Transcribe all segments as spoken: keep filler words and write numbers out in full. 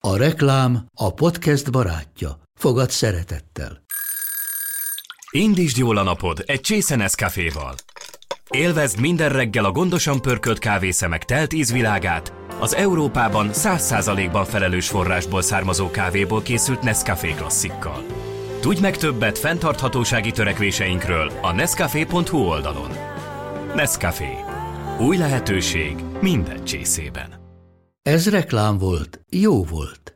A reklám a podcast barátja. Fogad szeretettel. Indítsd jól a napod egy csésze Nescaféval. Élvezd minden reggel a gondosan pörkölt kávészemek telt ízvilágát, az Európában száz százalékban felelős forrásból származó kávéból készült Nescafé klasszikkal. Tudj meg többet fenntarthatósági törekvéseinkről a nescafé pont hu oldalon. Nescafé. Új lehetőség minden csészében. Ez reklám volt, jó volt.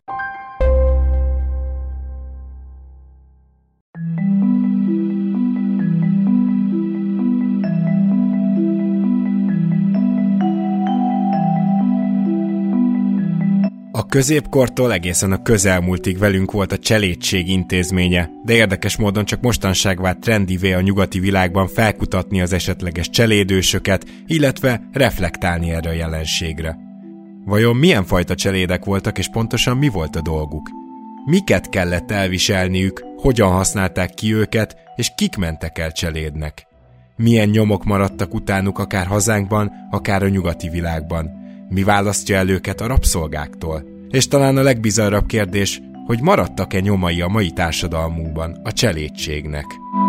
A középkortól egészen a közelmúltig velünk volt a cselédség intézménye, de érdekes módon csak mostanság vált trendivé a nyugati világban felkutatni az esetleges cselédősöket, illetve reflektálni erre a jelenségre. Vajon milyen fajta cselédek voltak, és pontosan mi volt a dolguk? Miket kellett elviselniük, hogyan használták ki őket, és kik mentek el cselédnek? Milyen nyomok maradtak utánuk akár hazánkban, akár a nyugati világban? Mi választja el őket a rabszolgáktól? És talán a legbizarrabb kérdés, hogy maradtak-e nyomai a mai társadalmunkban a cselédségnek?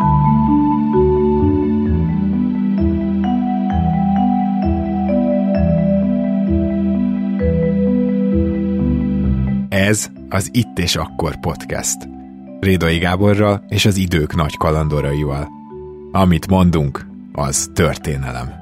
Ez az Itt és Akkor podcast. Rédai Gáborral és az idők nagy kalandoraival. Amit mondunk, az történelem.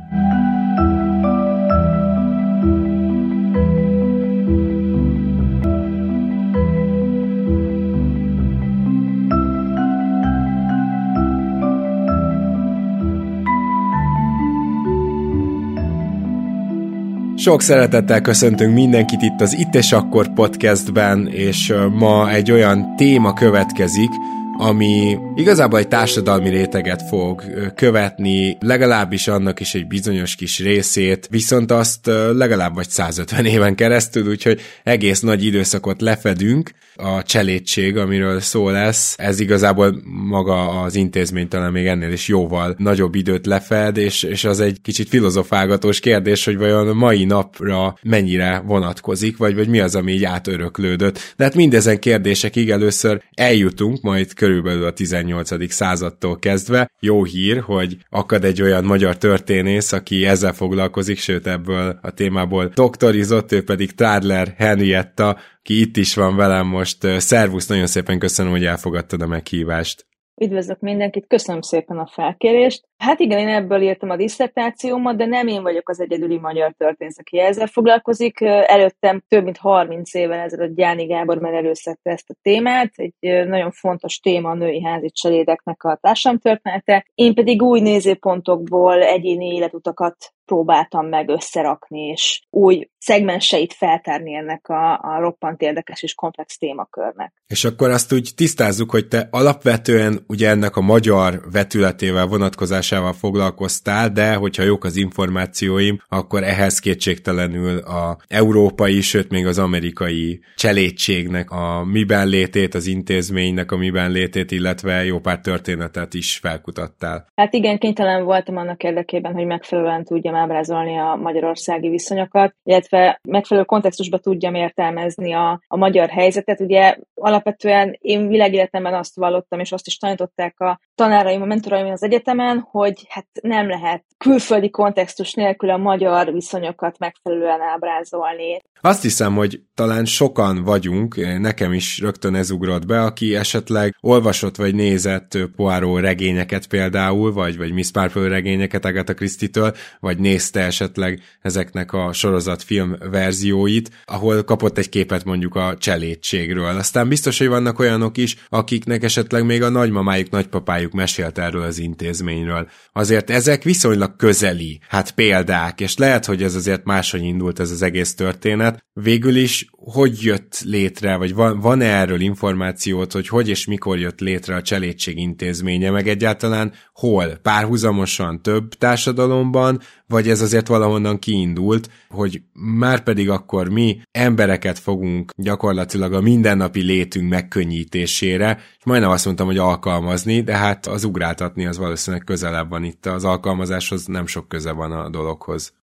Sok szeretettel köszöntünk mindenkit itt az Itt és Akkor podcastben, és ma egy olyan téma következik, ami igazából egy társadalmi réteget fog követni, legalábbis annak is egy bizonyos kis részét, viszont azt legalább vagy százötven éven keresztül, úgyhogy egész nagy időszakot lefedünk. A cselédség, amiről szó lesz, ez igazából maga az intézmény talán még ennél is jóval nagyobb időt lefed, és, és az egy kicsit filozofálgatós kérdés, hogy vajon a mai napra mennyire vonatkozik, vagy, vagy mi az, ami így átöröklődött. De hát mindezen kérdésekig először eljutunk, majd körülbelül a tizennyolcadik századtól kezdve. Jó hír, hogy akad egy olyan magyar történész, aki ezzel foglalkozik, sőt ebből a témából doktorizott, ő pedig Tádler Henrietta, ki itt is van velem most. Szervusz, nagyon szépen köszönöm, hogy elfogadtad a meghívást. Üdvözlök mindenkit, köszönöm szépen a felkérést. Hát igen, én ebből írtam a disszertációmat, de nem én vagyok az egyedüli magyar történész, aki ezzel foglalkozik. Előttem több mint harminc évvel ezelőtt Gyáni Gábor megelőzhette ezt a témát. Egy nagyon fontos téma a női házi cselédeknek a társadalomtörténete. Én pedig új nézőpontokból egyéni életutakat próbáltam meg összerakni, és új szegmenseit feltárni ennek a, a roppant érdekes és komplex témakörnek. És akkor azt úgy tisztázzuk, hogy te alapvetően ugye ennek a magyar vetületével, vonatkozásával foglalkoztál, de hogyha jók az információim, akkor ehhez kétségtelenül az európai, sőt még az amerikai cselédségnek a miben létét, az intézménynek a miben létét, illetve jó pár történetet is felkutattál. Hát igen, kénytelen voltam annak érdekében, hogy megfelelően tudjam ábrázolni a magyarországi viszonyokat, illetve megfelelő kontextusba tudjam értelmezni a, a magyar helyzetet. Ugye alapvetően én világéletemben azt vallottam, és azt is tanították a tanáraim, a mentoraim az egyetemen, hogy hát nem lehet külföldi kontextus nélkül a magyar viszonyokat megfelelően ábrázolni. Azt hiszem, hogy talán sokan vagyunk, nekem is rögtön ez ugrott be, aki esetleg olvasott vagy nézett Poirot regényeket például, vagy, vagy Miss Marple regényeket Agatha Christie-től, vagy nézte esetleg ezeknek a sorozatfilm verzióit, ahol kapott egy képet mondjuk a cselédségről. Aztán biztos, hogy vannak olyanok is, akiknek esetleg még a nagymamájuk, nagypapájuk mesélt erről az intézményről. Azért ezek viszonylag közeli, hát példák, és lehet, hogy ez azért máshogy indult ez az egész történet. Végül is hogy jött létre, vagy van, van-e erről információt, hogy hogy és mikor jött létre a cselédség intézménye, meg egyáltalán hol? Párhuzamosan több társadalomban, vagy ez azért valahonnan kiindult, hogy már pedig akkor mi embereket fogunk gyakorlatilag a mindennapi létünk megkönnyítésére, és majdnem azt mondtam, hogy alkalmazni, de hát az ugráltatni az valószínűleg közelebb van itt, az alkalmazáshoz nem sok köze van a dologhoz.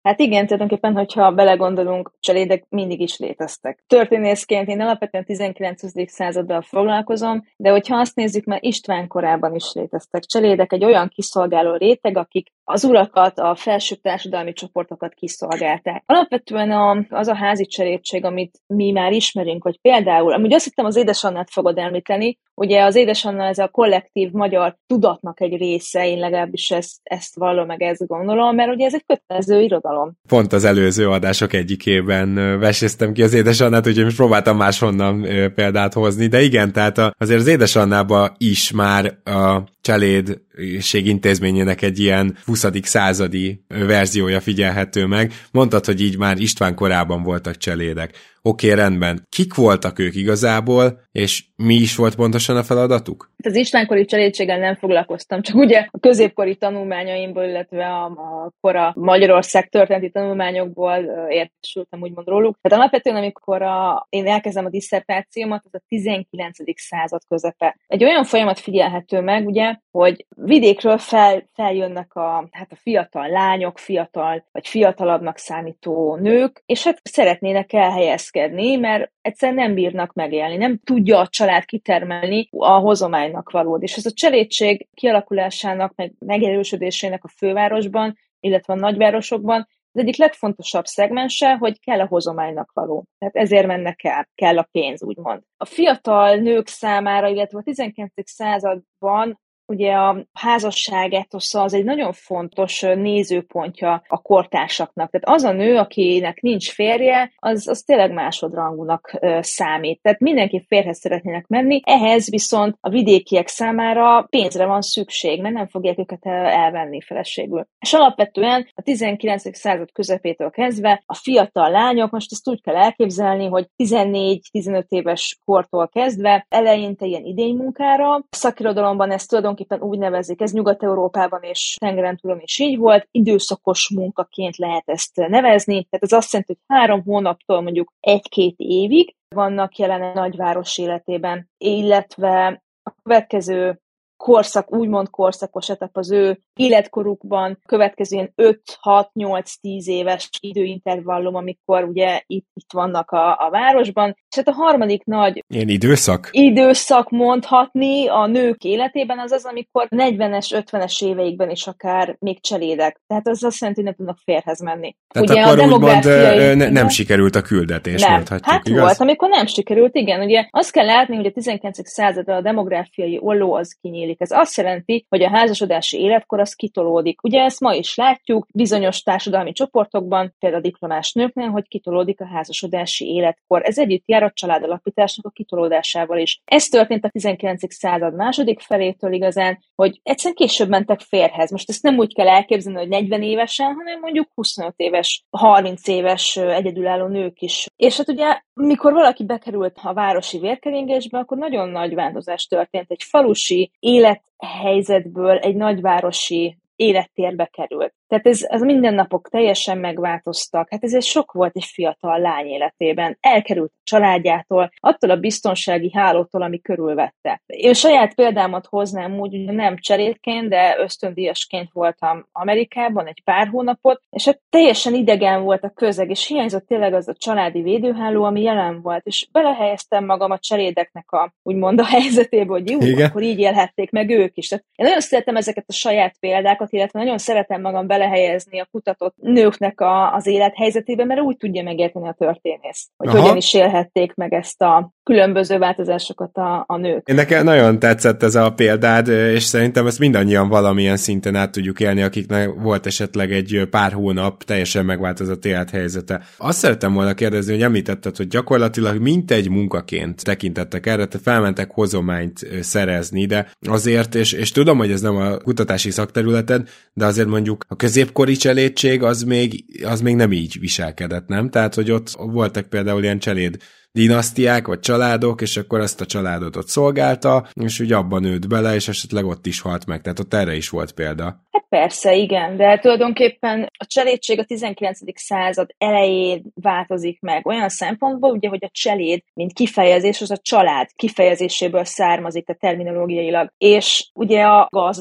Hát igen, tulajdonképpen, hogyha belegondolunk, cselédek mindig is léteztek. Történészként én alapvetően tizenkilencedik századdal foglalkozom, de hogyha azt nézzük, már István korában is léteztek cselédek, egy olyan kiszolgáló réteg, akik az urakat, a felsőbb társadalmi csoportokat kiszolgálták. Alapvetően a, az a házi cselédség, amit mi már ismerünk, hogy például, amúgy azt hittem az édesannát fogod említeni, ugye az édesanna ez a kollektív magyar tudatnak egy része, én legalábbis ezt, ezt vallom, meg ezt gondolom, mert ugye ez egy kötelező irodalom. Pont az előző adások egyikében veséztem ki az édesannát, úgyhogy most próbáltam máshonnan példát hozni, de igen, tehát azért az édesannában is már a cselédség intézményének egy ilyen huszadik századi verziója figyelhető meg. Mondtad, hogy így már István korában voltak cselédek. Oké, okay, rendben. Kik voltak ők igazából, és mi is volt pontosan a feladatuk? Az istvánkori cselédséggel nem foglalkoztam, csak ugye a középkori tanulmányaimból, illetve a, a kora Magyarország történeti tanulmányokból értesültem úgymond róluk. Tehát alapvetően, amikor a, én elkezdem a disszertációmat, az a tizenkilencedik század közepe. Egy olyan folyamat figyelhető meg, ugye, hogy vidékről fel, feljönnek a, hát a fiatal lányok, fiatal vagy fiatalabbnak számító nők, és hát szeretnének elhelyezkedni, mert egyszerűen nem bírnak megélni, nem tudja a család kitermelni a hozománynak valód. És ez a cselédség kialakulásának, meg megerősödésének a fővárosban, illetve a nagyvárosokban az egyik legfontosabb szegmense, hogy kell a hozománynak való. Tehát ezért mennek el, kell a pénz, úgymond. A fiatal nők számára, illetve a tizenkilencedik században ugye a házasság etosza az egy nagyon fontos nézőpontja a kortársaknak. Tehát az a nő, akinek nincs férje, az, az tényleg másodrangúnak számít. Tehát mindenki férjhez szeretnének menni, ehhez viszont a vidékiek számára pénzre van szükség, mert nem fogják őket elvenni feleségül. És alapvetően a tizenkilencedik század közepétől kezdve a fiatal lányok, most ezt úgy kell elképzelni, hogy tizennégy-tizenöt éves kortól kezdve eleinte ilyen idénymunkára, a szakirodalomban ezt tulajdonképpen úgy nevezik, ez Nyugat-Európában és tengeren túlon is így volt, időszakos munkaként lehet ezt nevezni, tehát ez azt jelenti, hogy három hónaptól mondjuk egy-két évig vannak jelen a nagyváros életében, illetve a következő korszak, úgymond korszakos etap az ő életkorukban, következő ilyen öt-hat-nyolc-tíz éves időintervallum, amikor ugye itt, itt vannak a, a városban. És hát a harmadik nagy ilyen időszak? időszak mondhatni a nők életében az az, amikor negyvenes, ötvenes éveikben is akár még cselédek. Tehát az azt jelenti, hogy nem tudnak férhez menni. Tehát ugye akkor a demográfiai... úgymond ne, nem sikerült a küldetés, nem. mondhatjuk, Hát igaz? volt, amikor nem sikerült, igen. Ugye azt kell látni, hogy a tizenkilencedik században a demográfiai olló az kinyílik. Ez azt jelenti, hogy a házasodási életkor az kitolódik. Ugye ezt ma is látjuk bizonyos társadalmi csoportokban, például a diplomás nőknél, hogy kitolódik a házasodási életkor. Ez együtt jár a családalapításnak a kitolódásával is. Ez történt a tizenkilencedik század második felétől igazán, hogy egyszerűen később mentek férhez. Most ezt nem úgy kell elképzelni, hogy negyven évesen, hanem mondjuk huszonöt éves, harminc éves egyedülálló nők is. És hát ugye, mikor valaki bekerült a városi vérkeringésbe, akkor nagyon nagy változás történt. Egy falusi élethelyzetből egy nagyvárosi élettérbe került. Tehát ez, ez mindennapok teljesen megváltoztak. Hát ez egy sok volt egy fiatal lány életében. Elkerült a családjától, attól a biztonsági hálótól, ami körülvette. Én saját példámat hoznám úgy, hogy nem cselédként, de ösztöndíjasként voltam Amerikában egy pár hónapot, és hát teljesen idegen volt a közeg, és hiányzott tényleg az a családi védőháló, ami jelen volt, és belehelyeztem magam a cselédeknek a, úgymond a helyzetébe, hogy jó, igen, akkor így élhették meg ők is. Tehát én nagyon szeretem ezeket a saját példákat, illetve nagyon szeretem magam belehelyezni a kutatott nőknek a, az élethelyzetébe, mert úgy tudja megérteni a történész, hogy Aha. hogyan is élhették meg ezt a különböző változásokat a, a nők. Én nekem nagyon tetszett ez a példád, és szerintem ezt mindannyian valamilyen szinten át tudjuk élni, akiknek volt esetleg egy pár hónap teljesen megváltozott élethelyzete. Azt szerettem volna kérdezni, hogy említetted, hogy gyakorlatilag mintegy munkaként tekintettek erre, tehát felmentek hozományt szerezni, de azért, és, és tudom, hogy ez nem a kutatási szakterületed, de azért mondjuk a középkori cselédség az még, az még nem így viselkedett, nem? Tehát, hogy ott voltak például ilyen cseléd dinasztiák, vagy családok, és akkor ezt a családot ott szolgálta, és úgy abban nőtt bele, és esetleg ott is halt meg. Tehát ott erre is volt példa. Hát persze, igen, de tulajdonképpen a cselédség a tizenkilencedik század elején változik meg. Olyan szempontból, ugye, hogy a cseléd, mint kifejezés, az a család kifejezéséből származik, a terminológiailag. És ugye a gazda,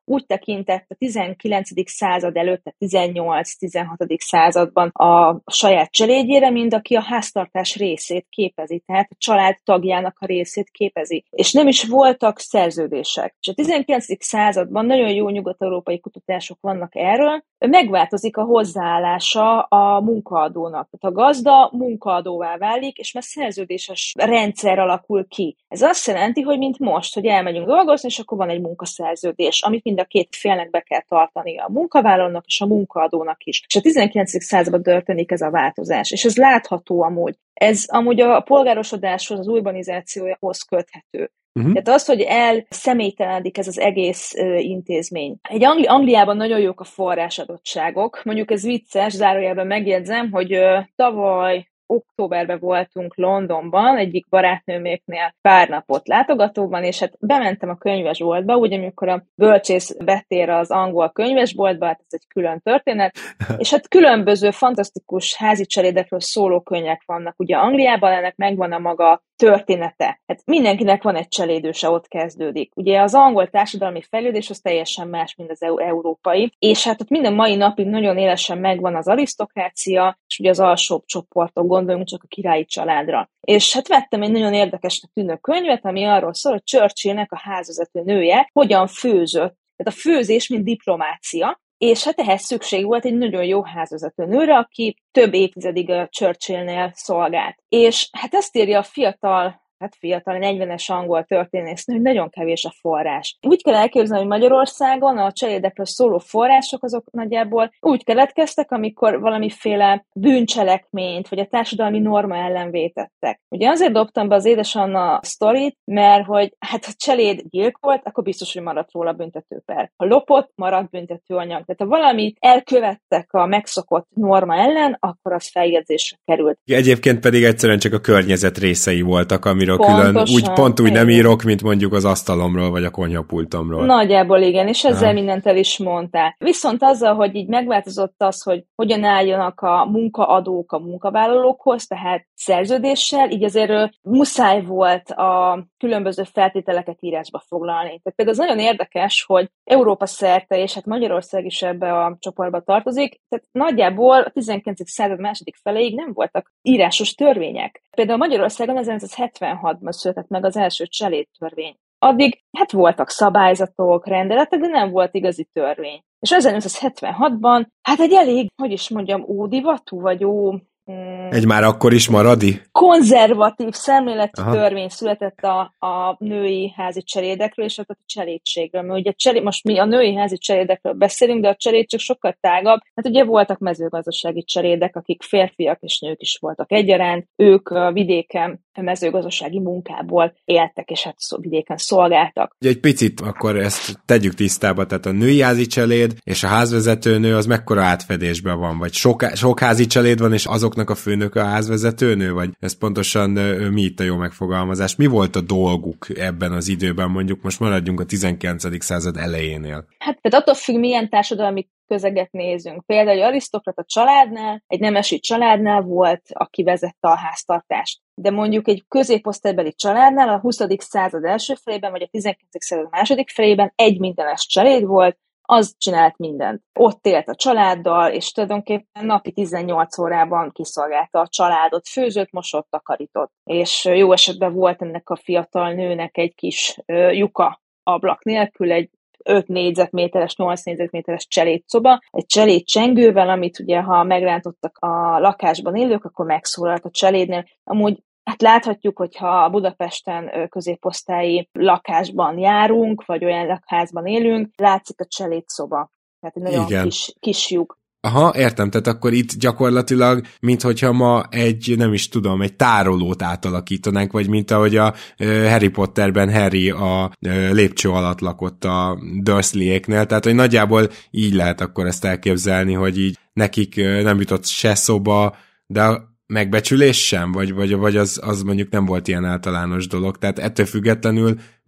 úgy tekintett a tizenkilencedik század előtt, a tizennyolc-tizenhatodik században a saját cselédjére, mint aki a háztartás részét képezi, tehát a család tagjának a részét képezi. És nem is voltak szerződések. És a tizenkilencedik században nagyon jó nyugat-európai kutatások vannak erről, megváltozik a hozzáállása a munkaadónak. Tehát a gazda munkaadóvá válik, és már szerződéses rendszer alakul ki. Ez azt jelenti, hogy mint most, hogy elmegyünk dolgozni, és akkor van egy munkaszerződés, amit mind a két félnek be kell tartani, a munkavállalónak és a munkaadónak is. És a tizenkilencedik században történik ez a változás, és ez látható amúgy. Ez amúgy a polgárosodáshoz, az urbanizációhoz köthető. Uh-huh. Tehát az, hogy elszemélytelenedik ez az egész uh, intézmény. Egy Angli- Angliában nagyon jók a forrásadottságok. Mondjuk ez vicces, zárójelben megjegyzem, hogy uh, tavaly októberben voltunk Londonban, egyik barátnőméknél pár napot látogatóban, és hát bementem a könyvesboltba, úgy, amikor a bölcsész betér az angol könyvesboltba, hát ez egy külön történet, és hát különböző fantasztikus házi cselédekről szóló könyvek vannak. Ugye Angliában ennek megvan a maga története. Hát mindenkinek van egy cselédőse, ott kezdődik. Ugye az angol társadalmi fejlődés az teljesen más, mint az európai, és hát ott minden mai napig nagyon élesen megvan az arisztokrácia, és ugye az alsóbb csoportok, gondoljunk csak a királyi családra. És hát vettem egy nagyon érdekesnek tűnő könyvet, ami arról szól, hogy Churchillnek a házvezető nője hogyan főzött. Tehát a főzés, mint diplomácia, és hát ehhez szükség volt egy nagyon jó házvezető nőre, aki több évtizedig a Churchillnél szolgált. És hát ezt írja a fiatal, hát fiatal, negyvenes angol történésznő, hogy nagyon kevés a forrás. Úgy kell elképzelni, hogy Magyarországon a cselédekről szóló források azok nagyjából úgy keletkeztek, amikor valamiféle bűncselekményt, vagy a társadalmi norma ellen vétettek. Ugye azért dobtam be az Édesanna sztorit, mert hogy hát ha cseléd gyilkolt, akkor biztos, hogy maradt róla büntetőper. Ha lopott, maradt büntetőanyag. Tehát ha valamit elkövettek a megszokott norma ellen, akkor az feljegyzésre került. Egyébként pedig egyszerűen csak a környezet részei voltak, amiről külön, úgy, pont úgy nem írok, mint mondjuk az asztalomról, vagy a konyhapultomról. Nagyjából igen, és ezzel ha. mindent el is mondtál. Viszont azzal, hogy így megváltozott az, hogy hogyan álljanak a munkaadók a munkavállalókhoz, tehát szerződéssel, így azért muszáj volt a különböző feltételeket írásba foglalni. Tehát például az nagyon érdekes, hogy Európa szerte, és hát Magyarország is ebbe a csoportba tartozik, tehát nagyjából a tizenkilencedik század második feléig nem voltak írásos törvények. Például Magyarországon ezernyolcszázhetvenhatban született meg az első cselédtörvény. Addig hát voltak szabályzatok, rendeletek, de nem volt igazi törvény. És ezernyolcszázhetvenhatban hát egy elég, hogy is mondjam, ódivatú, vagy ó... Egy már akkor is maradi? Konzervatív szemléletű Aha. törvény született a, a női házi cselédekről, és a cselédségről. Mert ugye cseléd, most mi a női házi cselédekről beszélünk, de a cselédség sokkal tágabb. Hát ugye voltak mezőgazdasági cselédek, akik férfiak és nők is voltak egyaránt. Ők a vidéken mezőgazdasági munkából éltek, és hát vidéken szolgáltak. Ugye egy picit akkor ezt tegyük tisztába, tehát a női házi cseléd és a házvezetőnő az mekkora átfedésben van? Vagy sok, sok házi cseléd van, és azoknak a főnöke a házvezetőnő? Vagy ez pontosan mi itt a jó megfogalmazás? Mi volt a dolguk ebben az időben, mondjuk most maradjunk a tizenkilencedik század elejénél? Hát tehát attól függ, milyen társadalmi közeget nézünk. Például egy arisztokrata családnál, egy nemesi családnál volt, aki vezette a háztartást. De mondjuk egy középosztálybeli családnál a huszadik század első felében, vagy a tizenkilencedik század második felében egy mindenes család volt, az csinált mindent. Ott élt a családdal, és tulajdonképpen napi tizennyolc órában kiszolgálta a családot, főzött, mosott, takarított. És jó esetben volt ennek a fiatal nőnek egy kis uh, lyuka ablak nélkül, egy öt négyzetméteres, nyolc négyzetméteres cselédszoba, egy cselédcsengővel, amit ugye, ha megrántottak a lakásban élők, akkor megszólalt a cselédnél. Amúgy hát láthatjuk, hogyha Budapesten középosztályi lakásban járunk, vagy olyan lakházban élünk, látszik a cselédszoba. Tehát egy nagyon Igen. kis, kis lyuk. Aha, értem, tehát akkor itt gyakorlatilag, minthogyha ma egy, nem is tudom, egy tárolót átalakítanánk, vagy mint ahogy a Harry Potterben Harry a lépcső alatt lakott a Dursleyéknél, tehát hogy nagyjából így lehet akkor ezt elképzelni, hogy így nekik nem jutott se szoba, de a megbecsülés sem, vagy, vagy, vagy az, az mondjuk nem volt ilyen általános dolog, tehát ettől függetlenül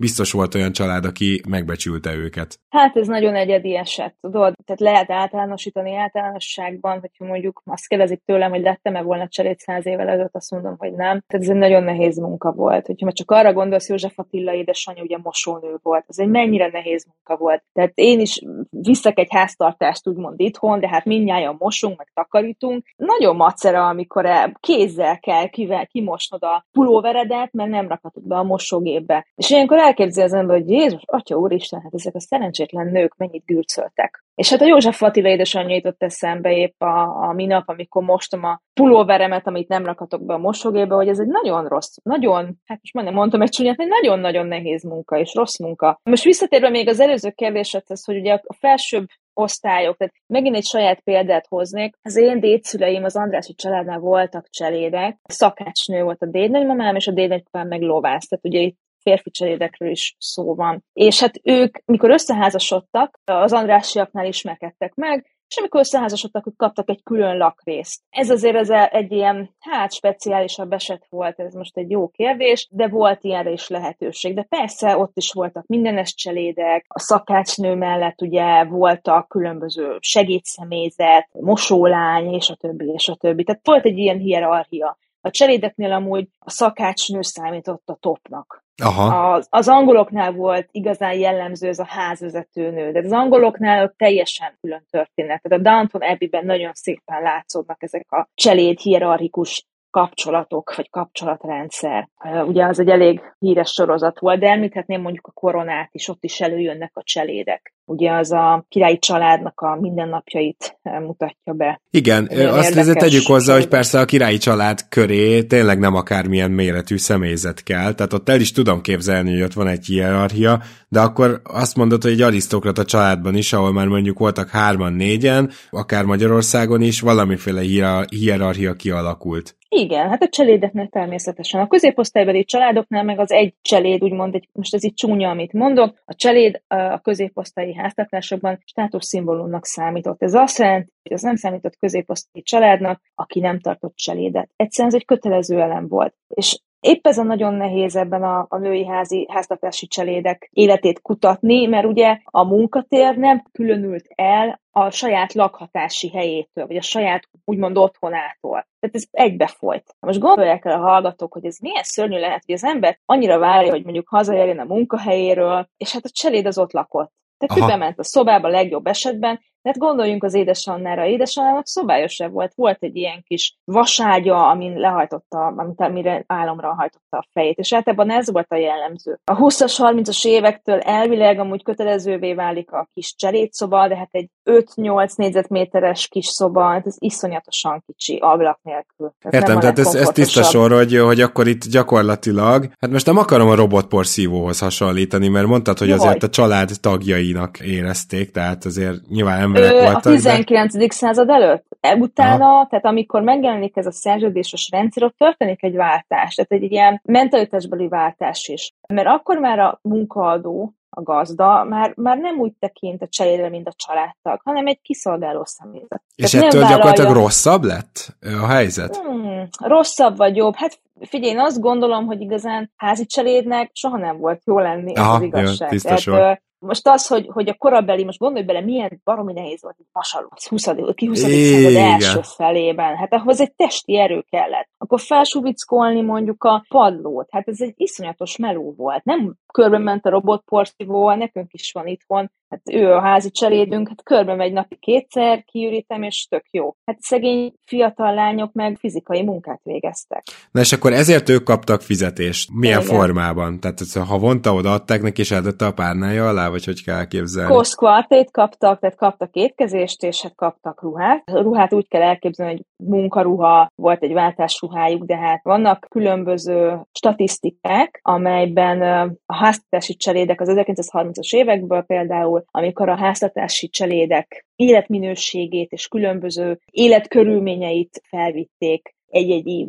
biztos volt olyan család, aki megbecsülte őket. Hát ez nagyon egyedi eset, tudod? Tehát lehet általánosítani általánosságban, hogyha mondjuk azt kérdezik tőlem, hogy lettem-e volna cserét száz évvel ezelőtt, azt mondom, hogy nem. Tehát ez egy nagyon nehéz munka volt. Hogyha már csak arra gondolsz, József Attila édesanyja ugye mosónő volt, ez egy mennyire nehéz munka volt. Tehát én is viszek egy háztartást úgymond itthon, de hát mindnyájan mosunk, meg takarítunk. Nagyon macera, amikor kézzel kell kivel kimosnod a pulóveredet, mert nem rakhatod be a mosógépbe. És ilyenkor elképzelj az ember, hogy Jézus, Atya Úristen, hát ezek a szerencsétlen nők mennyit gürcöltek. És hát a József Attila édesanyja jutott eszembe épp a, a minap, amikor mostam a pulóveremet, amit nem rakhatok be a mosógépbe, hogy ez egy nagyon rossz, nagyon, hát most majdnem mondtam egy csúnyát, egy nagyon-nagyon nehéz munka és rossz munka. Most visszatérve még az előző kérdésedhez, hogy ugye a felsőbb osztályok, tehát megint egy saját példát hoznék. Az én dédszüleim az Andrássy családnál voltak cselédek, szakácsnő volt a dédnagymamám, és a dédnagymamám meg lovász, tehát ugye itt férfi cselédekről is szó van. És hát ők, mikor összeházasodtak, az Andrássyiaknál ismerkedtek meg, és amikor összeházasodtak, ők kaptak egy külön lakrészt. Ez azért ez egy ilyen, hát speciálisabb eset volt, ez most egy jó kérdés, de volt ilyenre is lehetőség. De persze ott is voltak mindenes cselédek, a szakácsnő mellett ugye voltak különböző segédszemélyzet, mosólány, és a többi, és a többi. Tehát volt egy ilyen hierarchia. A cselédeknél amúgy a szakácsnő számított a topnak. Aha. Az, az angoloknál volt igazán jellemző ez a házvezetőnő, de az angoloknál ott teljesen külön történet. Tehát a Downton Abbey-ben nagyon szépen látszódnak ezek a cseléd hierarchikus kapcsolatok, vagy kapcsolatrendszer. Ugye az egy elég híres sorozat volt, de említhetném mondjuk a Koronát is, ott is előjönnek a cselédek. Ugye az a királyi családnak a mindennapjait mutatja be. Igen, Olyan azt azért tegyük hozzá, cselédek. hogy persze a királyi család köré tényleg nem akármilyen méretű személyzet kell, tehát ott el is tudom képzelni, hogy ott van egy hierarchia, de akkor azt mondod, hogy egy arisztokrata családban is, ahol már mondjuk voltak hárman, négyen, akár Magyarországon is, valamiféle hierarchia kialakult. Igen, hát a cselédeknek természetesen. A középosztálybeli családoknál meg az egy cseléd, úgymond, egy, most ez itt csúnya, amit mondok, a cseléd a középosztályi háztartásokban státuszszimbólumnak számított. Ez azt jelenti, hogy az nem számított középosztályi családnak, aki nem tartott cselédet. Egyszerűen ez egy kötelező elem volt. És épp ez a nagyon nehéz ebben a, a női házi háztartási cselédek életét kutatni, mert ugye a munkatér nem különült el a saját lakhatási helyétől, vagy a saját úgymond otthonától. Tehát ez egybefolyt. Most gondolják el a hallgatók, hogy ez milyen szörnyű lehet, hogy az ember annyira várja, hogy mondjuk hazaérjen a munkahelyéről, és hát a cseléd az ott lakott. Tehát ő bement a szobába legjobb esetben, tehát gondoljunk az édesannára. Édesannának szobája sem volt. Volt egy ilyen kis vaságya, amin lehajtotta, amit, amire álomra hajtotta a fejét. És általában ez volt a jellemző. A húszas, harmincas évektől elvileg amúgy kötelezővé válik a kis cselédszoba, de hát egy öt-nyolc négyzetméteres kis szoba, hát ez iszonyatosan kicsi, ablak nélkül. Tehát értem, tehát ez, ez tiszta sor, hogy, hogy akkor itt gyakorlatilag, hát most nem akarom a robotporszívóhoz hasonlítani, mert mondtad, hogy azért Jaj. a család tagjainak érezték, tehát azért nyilván Ö, a tizenkilencedik de... század előtt? Utána, Aha. tehát amikor megjelenik ez a szerződéses rendszer, ott történik egy váltás, tehát egy ilyen mentalitásbeli váltás is. Mert akkor már a munkaadó, a gazda már, már nem úgy tekint a cselédre, mint a családtag, hanem egy kiszolgáló személyzet. És tehát ettől vállalja... gyakorlatilag rosszabb lett a helyzet? Hmm, rosszabb vagy jobb? Hát figyelj, én azt gondolom, hogy igazán házi cselédnek soha nem volt jó lenni, Aha, ez az igazság. Jó, tiszta sor. Tehát, most az, hogy, hogy a korabeli, most gondolj bele, milyen baromi nehéz volt egy vasaló, az huszadik század első felében. Hát ahhoz egy testi erő kellett. Akkor felsúvickolni mondjuk a padlót. Hát ez egy iszonyatos meló volt. Nem körbe ment a robotporszívó, nekünk is van itthon. Hát ő a házi cselédünk, hát körbe megy napi kétszer, kiürítem, és tök jó. Hát szegény fiatal lányok meg fizikai munkát végeztek. Na és akkor ezért ők kaptak fizetést. Milyen Igen. formában? Tehát ha vonta, odaadták neki, és eldette a párnája alá, vagy hogy kell elképzelni? Koszkvartét kaptak, tehát kaptak étkezést, és hát kaptak ruhát. A ruhát úgy kell elképzelni, hogy munkaruha, volt egy váltásruhájuk, de hát vannak különböző statisztikák, amelyben a háztartási cselédek az ezerkilencszázharmincas évekből például, amikor a háztartási cselédek életminőségét és különböző életkörülményeit felvitték egy-egy évre.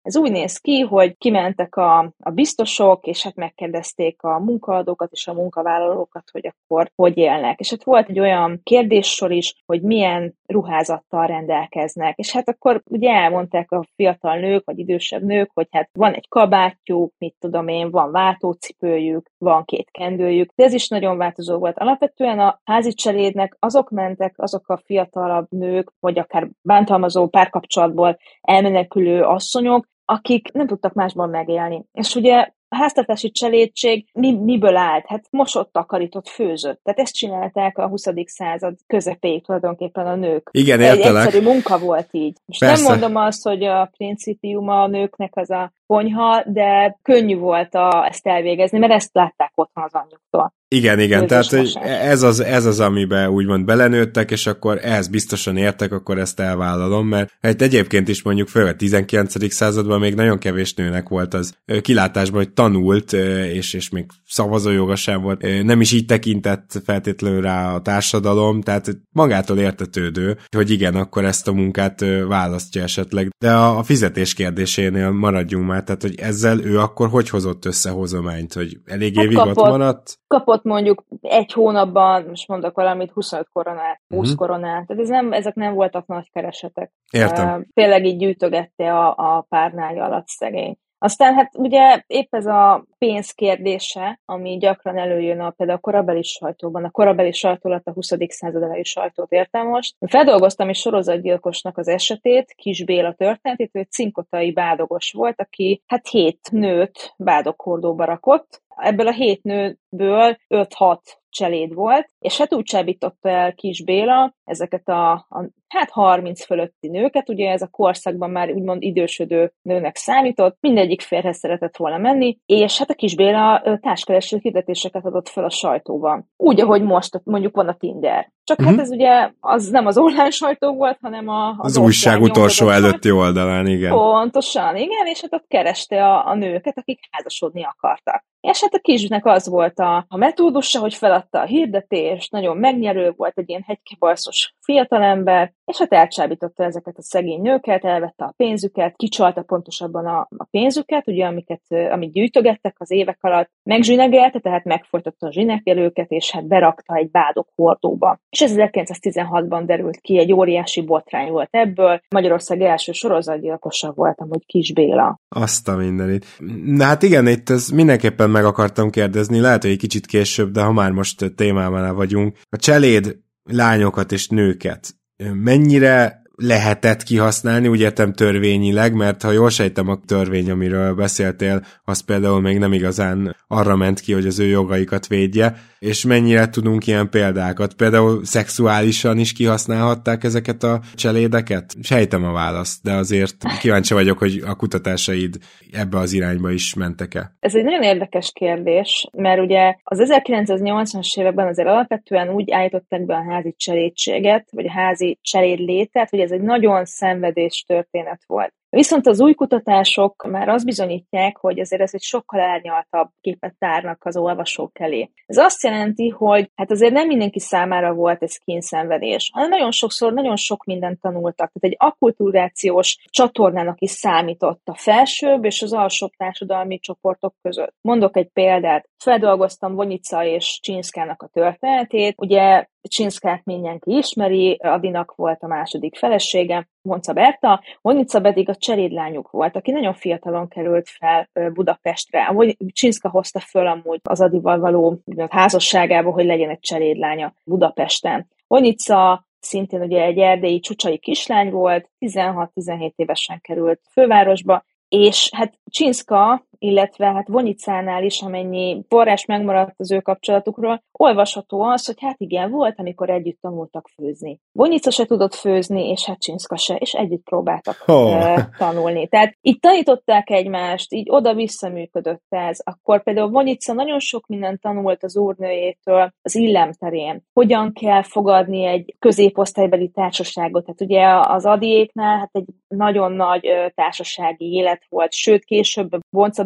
Ez úgy néz ki, hogy kimentek a, a biztosok, és hát megkérdezték a munkaadókat és a munkavállalókat, hogy akkor hogy élnek. És hát volt egy olyan kérdéssor is, hogy milyen ruházattal rendelkeznek. És hát akkor ugye elmondták a fiatal nők, vagy idősebb nők, hogy hát van egy kabátjuk, mit tudom én, van váltócipőjük, van két kendőjük, de ez is nagyon változó volt. Alapvetően a házi cselédnek azok mentek, azok a fiatalabb nők, vagy akár bántalmazó párkapcsolatból elmenekülő asszonyok, akik nem tudtak másban megélni. És ugye a háztartási cselédség mi, miből állt? Hát mosott, takarított, főzött. Tehát ezt csinálták a huszadik század közepéig tulajdonképpen a nők. Igen, egy értelek. egyszerű munka volt így. Most Persze. nem mondom azt, hogy a principiuma a nőknek az a konyha, de könnyű volt a, ezt elvégezni, mert ezt látták otthon az anyjuktól. Igen, igen, Főzés, tehát mosás. ez az, ez az, amiben úgymond belenőttek, és akkor ehhez biztosan értek, akkor ezt elvállalom, mert hát egyébként is mondjuk főleg a tizenkilencedik században még nagyon kevés nőnek volt az kilátásban, hogy tanult, és, és még szavazójoga sem volt, nem is így tekintett feltétlenül rá a társadalom, tehát magától értetődő, hogy igen, akkor ezt a munkát választja esetleg. De a, a fizetés kérdésénél maradjunk már, tehát hogy ezzel ő akkor hogy hozott össze hozományt, hogy elég évig hát ott maradt? Kapott mondjuk egy hónapban, most mondok valamit, huszonöt koronát, húsz uh-huh. koronát, tehát ez nem, ezek nem voltak nagy keresetek. Értem. Uh, tényleg így gyűjtögette a, a párnája alatt szegény. Aztán hát ugye épp ez a pénz kérdése, ami gyakran előjön a, például a korabeli sajtóban, a korabeli sajtó alatt a huszadik század elejé sajtót értem most. Feldolgoztam egy sorozatgyilkosnak az esetét, Kis Béla történetét, ő egy cinkotai bádogos volt, aki hát hét nőt bádogkordóba rakott. Ebből a hét nőből öt-hat cseléd volt, és hát úgy csábította el Kis Béla ezeket a, a hát harminc fölötti nőket, ugye ez a korszakban már úgymond idősödő nőnek számított, mindegyik férhez szeretett volna menni, és hát a Kis Béla társkereső hirdetéseket adott fel a sajtóban. Úgy, ahogy most mondjuk van a Tinder. Csak uh-huh. hát ez ugye az nem az online sajtó volt, hanem a, az, az újság utolsó előtti oldalán, igen. Pontosan, igen, és hát ott kereste a, a nőket, akik házasodni akartak. És hát a Kisnek az volt a, a metódusa, hogy feladta a hirdetést, nagyon megnyerő volt, egy ilyen hegykibalszos fiatalember, és hát elcsábította ezeket a szegény nőket, elvette a pénzüket, kicsalta pontosabban a, a pénzüket, ugye, amiket, amit gyűjtögettek az évek alatt, megzsinegelte, tehát megfojtotta a zsinekelőket, és hát berakta egy bádog-hordóba. És ez ezerkilencszáztizenhatban derült ki, egy óriási botrány volt ebből. Magyarország első sorozatgyilkosa volt amúgy Kis Béla. Azt a mindenit. Na hát igen, itt ez mindenképpen meg akartam kérdezni, lehet, hogy egy kicsit később, de ha már most témában vagyunk. A cseléd lányokat és nőket mennyire lehetett kihasználni, úgy értem törvényileg, mert ha jól sejtem, a törvény, amiről beszéltél, az például még nem igazán arra ment ki, hogy az ő jogaikat védje, és mennyire tudunk ilyen példákat? Például szexuálisan is kihasználhatták ezeket a cselédeket? Sejtem a választ, de azért kíváncsi vagyok, hogy a kutatásaid ebbe az irányba is mentek-e. Ez egy nagyon érdekes kérdés, mert ugye az ezerkilencszáznyolcvanas években azért alapvetően úgy állították be a házi cselédséget, vagy a házi cselédlétet, hogy ez egy nagyon szenvedés történet volt. Viszont az új kutatások már azt bizonyítják, hogy azért ez egy sokkal árnyaltabb képet tárnak az olvasók elé. Ez azt jelenti, hogy hát azért nem mindenki számára volt ez kínszenvedés, hanem nagyon sokszor nagyon sok mindent tanultak. Tehát egy akkulturációs csatornának is számított a felsőbb és az alsóbb társadalmi csoportok között. Mondok egy példát. Feldolgoztam Vonyica és Csinszkának a történetét. Ugye Csinszkát mindenki ismeri, Adinak volt a második felesége, Vonca Berta, Vonyica pedig a cselédlányuk volt, aki nagyon fiatalon került fel Budapestre. Csinszka hozta föl amúgy az Adival való házasságába, hogy legyen egy cselédlánya Budapesten. Vonyica szintén ugye egy erdélyi csucsai kislány volt, tizenhat-tizenhét évesen került fővárosba, és hát Csinszka, illetve hát Vonyicánál is, amennyi forrás megmaradt az ő kapcsolatukról, olvasható az, hogy hát igen, volt, amikor együtt tanultak főzni. Vonyica se tudott főzni, és hát Csinszka se, és együtt próbáltak oh. uh, tanulni. Tehát így tanították egymást, így oda-vissza működött ez. Akkor például Vonyica nagyon sok mindent tanult az úrnőjétől az illemterén. Hogyan kell fogadni egy középosztálybeli társaságot. Tehát ugye az Adiéknál hát egy nagyon nagy uh, társasági élet volt, sőt később Vonca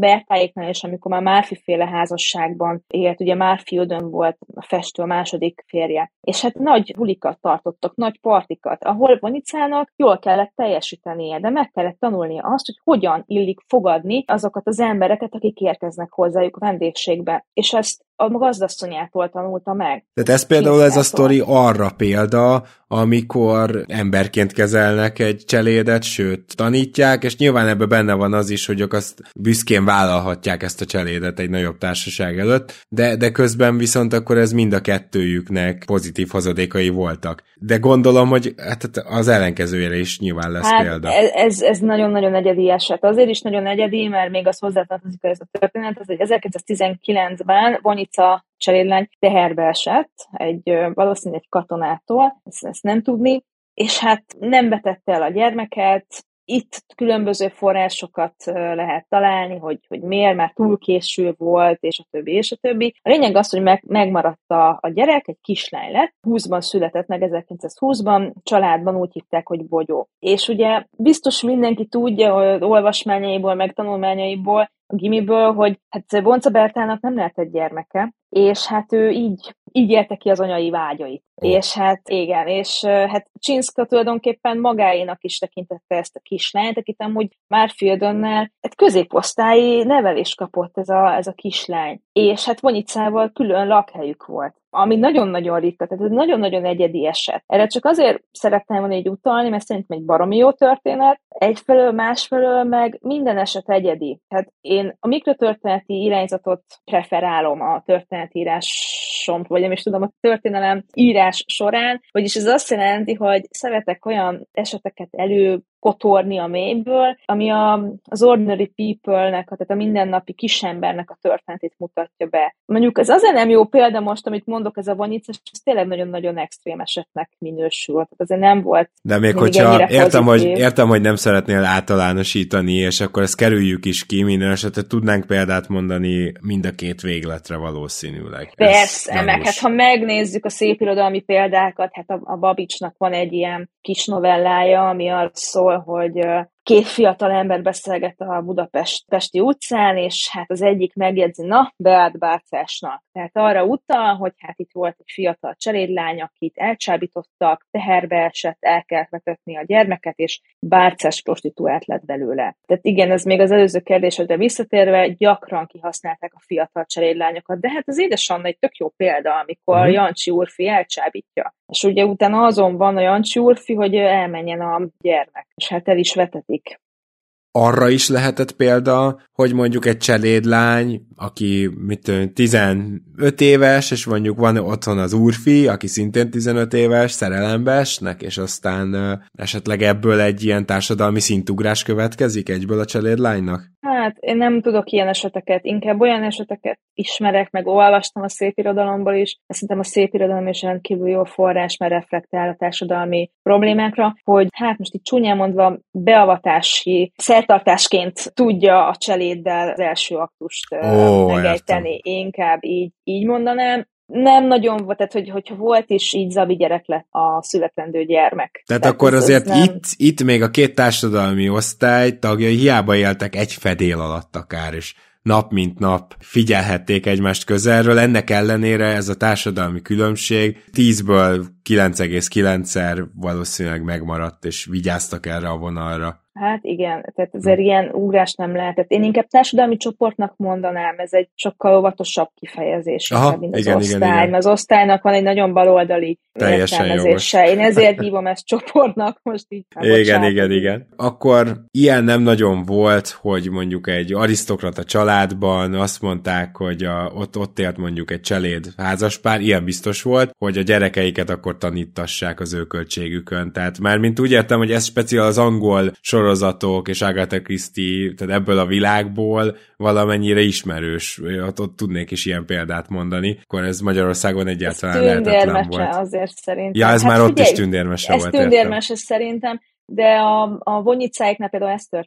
Bertáéknál is, amikor már Murphy-féle házasságban élt, ugye Murphy-ödön volt a festő, a második férje. És hát nagy bulikat tartottak, nagy partikat, ahol Vonicának jól kellett teljesítenie, de meg kellett tanulnia azt, hogy hogyan illik fogadni azokat az embereket, akik érkeznek hozzájuk a vendégségbe. És ezt a gazdasszonyától tanulta meg. Tehát ez például ez a sztori arra példa, amikor emberként kezelnek egy cselédet, sőt, tanítják, és nyilván ebben benne van az is, hogy ők azt büszkén vállalhatják ezt a cselédet egy nagyobb társaság előtt, de, de közben viszont akkor ez mind a kettőjüknek pozitív hozadékai voltak. De gondolom, hogy hát az ellenkezőjére is nyilván lesz hát példa. Ez, ez nagyon-nagyon egyedi eset. Azért is nagyon egyedi, mert még az hozzátartozik ez a történet, az, hogy ezerkilencszáztizenkilencben Vonica cselédlány teherbe esett, egy, valószínűleg egy katonától, ezt, ezt nem tudni, és hát nem vetette el a gyermeket. Itt különböző forrásokat lehet találni, hogy, hogy miért, már túl késő volt, és a többi, és a többi. A lényeg az, hogy meg, megmaradt a, a gyerek, egy kislány lett, húszban született meg, ezerkilencszázhúszban, családban úgy hívták, hogy Bogyó. És ugye biztos mindenki tudja, hogy olvasmányaiból, meg tanulmányaiból, a gimiből, hogy hát Bonca Bertának nem lehetett gyermeke, és hát ő így, így élte ki az anyai vágyait. Oh. És hát igen, és hát Csinszka tulajdonképpen magáénak is tekintette ezt a kislányt, akit amúgy Murphy-ödönnel egy középosztályi nevelést kapott ez a, ez a kislány. És hát Vonicával külön lakhelyük volt, ami nagyon-nagyon ritka, tehát ez nagyon-nagyon egyedi eset. Erre csak azért szeretném volna így utalni, mert szerintem egy baromi jó történet, egyfelől, másfelől meg minden eset egyedi. Tehát én a mikrotörténeti irányzatot preferálom a történetírásom, vagy nem is tudom, a történelem írás során, vagyis ez azt jelenti, hogy szeretek olyan eseteket elő kotorni a mélyből, ami a, az ordinary people-nek, tehát a mindennapi kisembernek a történetét mutatja be. Mondjuk ez azért nem jó példa most, amit mondok, ez a Vonica, ez tényleg nagyon-nagyon extrém esetnek minősül. Tehát azért nem volt. De még hogyha értem hogy, értem, hogy nem szeretnél általánosítani, és akkor ezt kerüljük is ki, minden esetre tudnánk példát mondani mind a két végletre valószínűleg. Persze, meg hát ha megnézzük a szépirodalmi példákat, hát a, a Babicsnak van egy ilyen kis novellája, ami arról szól, hogy két fiatal ember beszélget a Budapest Pesti utcán, és hát az egyik megjegyzi, na, beállt Bárcásnak. Tehát arra utal, hogy hát itt volt egy fiatal cselédlány, akit elcsábítottak, teherbe esett, el kellett vetetni a gyermeket, és Bárcás prostituált lett belőle. Tehát igen, ez még az előző kérdésre visszatérve, gyakran kihasználták a fiatal cselédlányokat, de hát az Édes Anna egy tök jó példa, amikor uh-huh. Jancsi úrfi elcsábítja. És ugye utána azon van a Jancsi úrfi, hogy elmenjen a gyermek, és hát el is vetetik. Arra is lehetett példa, hogy mondjuk egy cselédlány, aki mit tudom, tizenöt éves, és mondjuk van otthon az úrfi, aki szintén tizenöt éves, szerelembe esnek, és aztán uh, esetleg ebből egy ilyen társadalmi szintugrás következik egyből a cselédlánynak? Hát én nem tudok ilyen eseteket, inkább olyan eseteket ismerek, meg olvastam a szépirodalomból is, szerintem a szépirodalom is rendkívül jó forrás, mert reflektál a társadalmi problémákra, hogy hát most itt csúnyán mondva beavatási szertartásként tudja a cseléddel az első aktust oh, megejteni, inkább így, így mondanám. Nem nagyon volt, tehát hogy, hogyha volt is, így zabi gyerek lett a születendő gyermek. Tehát, tehát akkor ez, azért ez nem... itt, itt még a két társadalmi osztály tagjai hiába éltek egy fedél alatt akár, és nap mint nap figyelhették egymást közelről, ennek ellenére ez a társadalmi különbség tízből kilenc egész kilencszer valószínűleg megmaradt, és vigyáztak erre a vonalra. Hát igen, tehát azért ilyen ugrás nem lehetett. Én inkább társadalmi csoportnak mondanám, ez egy sokkal óvatosabb kifejezés, Aha, mint igen, az osztály. Igen, igen. Mert az osztálynak van egy nagyon baloldali értelmezése. Én ezért hívom ezt csoportnak most így. Igen, bocsánat, igen, igen. Akkor ilyen nem nagyon volt, hogy mondjuk egy arisztokrata családban azt mondták, hogy a, ott, ott élt mondjuk egy cseléd házaspár, ilyen biztos volt, hogy a gyerekeiket akkor tanítassák az ő költségükön. Tehát már mint úgy értem, hogy ez speciál az angol sorozatok és Agatha Christie, tehát ebből a világból valamennyire ismerős. Ott, ott tudnék is ilyen példát mondani. Akkor ez Magyarországon egyáltalán lehetetlen volt. Azért szerintem. Ja, ez hát már figyelj, ott is tündérmese ez volt. Ez tündérmese szerintem, de a, a Vonicáiknál például ez történt.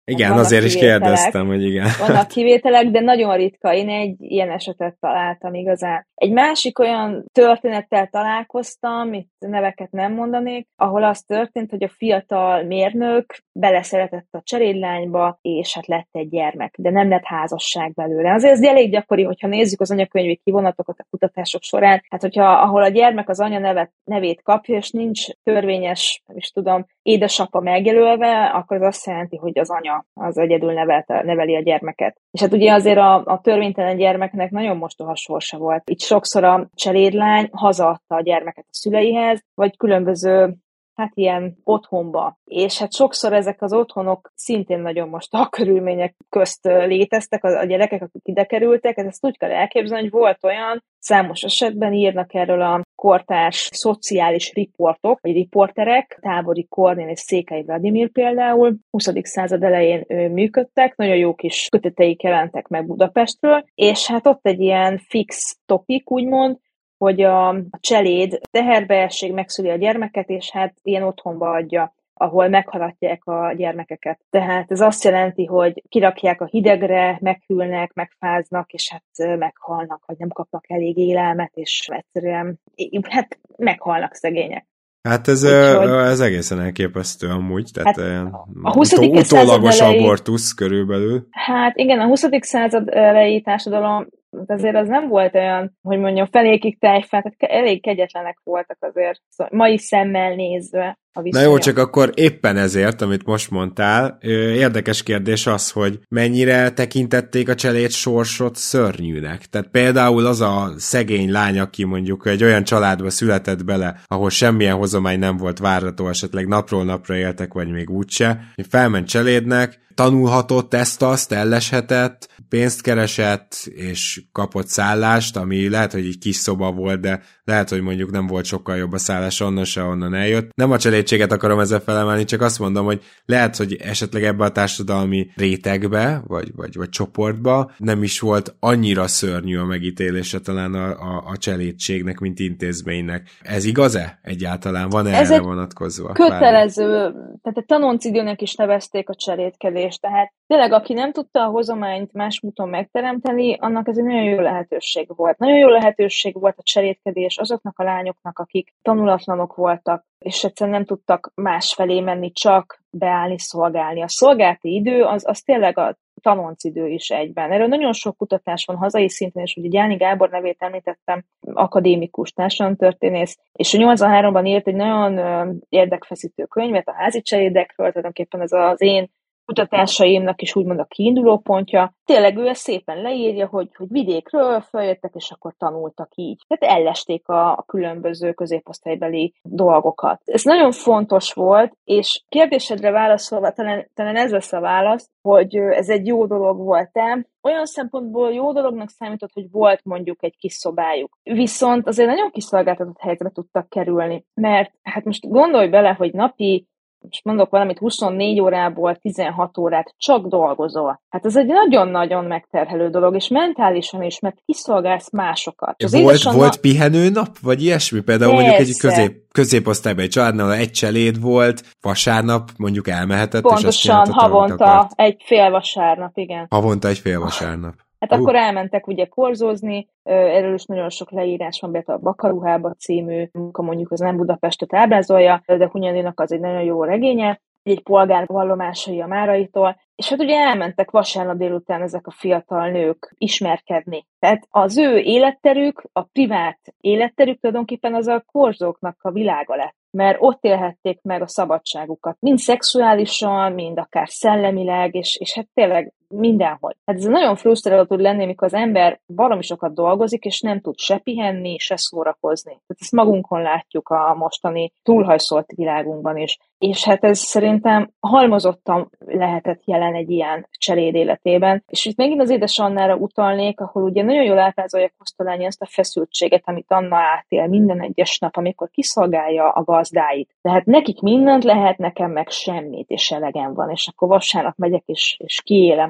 Igen, vannak azért is kivételek, kérdeztem, hogy igen. Vannak kivételek, de nagyon ritka. Én egy ilyen esetet találtam igazán. Egy másik olyan történettel találkoztam, itt neveket nem mondanék, ahol az történt, hogy a fiatal mérnök beleszeretett a cselédlányba, és hát lett egy gyermek, de nem lett házasság belőle. Azért ez elég gyakori, hogyha nézzük az anyakönyvi kivonatokat a kutatások során, hát hogyha ahol a gyermek az anya nevet, nevét kapja, és nincs törvényes, nem is tudom, édesapa megjelölve, akkor az azt jelenti, hogy az anya az egyedül nevelte, neveli a gyermeket. És hát ugye azért a, a törvénytelen gyermeknek nagyon mostoha sorsa volt. Itt sokszor a cselédlány hazaadta a gyermeket a szüleihez, vagy különböző hát ilyen otthonba. És hát sokszor ezek az otthonok szintén nagyon most a körülmények közt léteztek, a, a gyerekek, akik ide kerültek, ezt úgy kell elképzelni, hogy volt olyan, számos esetben írnak erről a kortárs szociális riportok, vagy riporterek, Tábori Kornél és Székely Vladimir például, huszadik század elején ő, működtek, nagyon jó kis köteteik jelentek meg Budapestről, és hát ott egy ilyen fix topik, úgymond, hogy a, a cseléd teherbeesség megszüli a gyermeket, és hát ilyen otthonba adja, ahol meghaladják a gyermekeket. Tehát ez azt jelenti, hogy kirakják a hidegre, meghűlnek, megfáznak, és hát meghalnak, vagy nem kapnak elég élelmet, és egyszerűen hát meghalnak szegények. Hát ez, Úgyhogy, ez egészen elképesztő amúgy, tehát hát a huszadik utó, utólagos elejé, abortusz körülbelül. Hát igen, a huszadik század elejé társadalom azért az nem volt olyan, hogy mondjam, felékig tejfel, tehát elég kegyetlenek voltak azért, szóval mai szemmel nézve. Na jó, csak akkor éppen ezért, amit most mondtál, érdekes kérdés az, hogy mennyire tekintették a cseléd sorsot szörnyűnek. Tehát például az a szegény lány, aki mondjuk egy olyan családba született bele, ahol semmilyen hozomány nem volt várható, esetleg napról napra éltek, vagy még úgyse, hogy felment cselédnek, tanulhatott ezt-azt, elleshetett, pénzt keresett, és kapott szállást, ami lehet, hogy egy kis szoba volt, de lehet, hogy mondjuk nem volt sokkal jobb a szállás, onnan se onnan eljött. Nem a cselédséget akarom ezzel felemelni, csak azt mondom, hogy lehet, hogy esetleg ebbe a társadalmi rétegbe, vagy, vagy, vagy csoportba nem is volt annyira szörnyű a megítélése talán a, a, a cselédségnek, mint intézménynek. Ez igaz-e egyáltalán? Van-e ez erre vonatkozva? Kötelező, tehát a tanoncidőnek is nevezték a cselédkedést, tehát tényleg, aki nem tudta a hozományt más úton megteremteni, annak ez egy nagyon jó lehetőség volt. Nagyon jó lehetőség volt a cselédkedés azoknak a lányoknak, akik tanulatlanok voltak, és egyszerűen nem tudtak másfelé menni, csak beállni, szolgálni. A szolgálti idő az, az tényleg a tanoncidő is egyben. Erről nagyon sok kutatás van hazai szinten, és ugye Gyáni Gábor nevét említettem, akadémikus társadalomtörténész, és a nyolcvanháromban írt egy nagyon érdekfeszítő könyvet a házi cselédekről, tulajdonképpen ez az én kutatásaimnak is úgymond a kiinduló pontja. Tényleg ő ezt szépen leírja, hogy, hogy vidékről följöttek, és akkor tanultak így. Tehát ellesték a, a különböző középosztálybeli dolgokat. Ez nagyon fontos volt, és kérdésedre válaszolva, talán, talán ez lesz a válasz, hogy ez egy jó dolog volt-e. Olyan szempontból jó dolognak számított, hogy volt mondjuk egy kis szobájuk. Viszont azért nagyon kiszolgáltatott helyzetbe tudtak kerülni, mert hát most gondolj bele, hogy napi most mondok valamit, huszonnégy órából tizenhat órát csak dolgozol. Hát ez egy nagyon-nagyon megterhelő dolog, és mentálisan is, mert kiszolgálsz másokat. Az volt, édesanna... volt pihenőnap, vagy ilyesmi? Például Persze. mondjuk egy közép, középosztályban egy családnál egy cseléd volt, vasárnap mondjuk elmehetett, pontosan, és azt havonta egy fél vasárnap, igen. Havonta egy fél vasárnap. Hát uh. akkor elmentek ugye korzózni, erről is nagyon sok leírás van, például a Bakaruhába című munka, mondjuk az nem Budapestet ábrázolja, de Hunyadinak az egy nagyon jó regénye, egy polgár vallomásai a Máraitól, és hát ugye elmentek vasárnap délután ezek a fiatal nők ismerkedni. Tehát az ő életterük, a privát életterük tulajdonképpen az a korzóknak a világa lett, mert ott élhették meg a szabadságukat, mind szexuálisan, mind akár szellemileg, és, és hát tényleg mindenhol. Hát ez nagyon frusztráló tud lenni, amikor az ember baromi sokat dolgozik, és nem tud se pihenni, se szórakozni. Tehát ezt magunkon látjuk a mostani túlhajszolt világunkban is. És hát ez szerintem halmozottan lehetett jelen egy ilyen cseléd életében. És itt megint az édesannára utalnék, ahol ugye nagyon jól ábrázolja Kosztolányi ezt a feszültséget, amit Anna átél minden egyes nap, amikor kiszolgálja a gazdáit. Tehát nekik mindent lehet, nekem meg semmit, és elegem van. És akkor vasárnap megyek, és, és kiélem a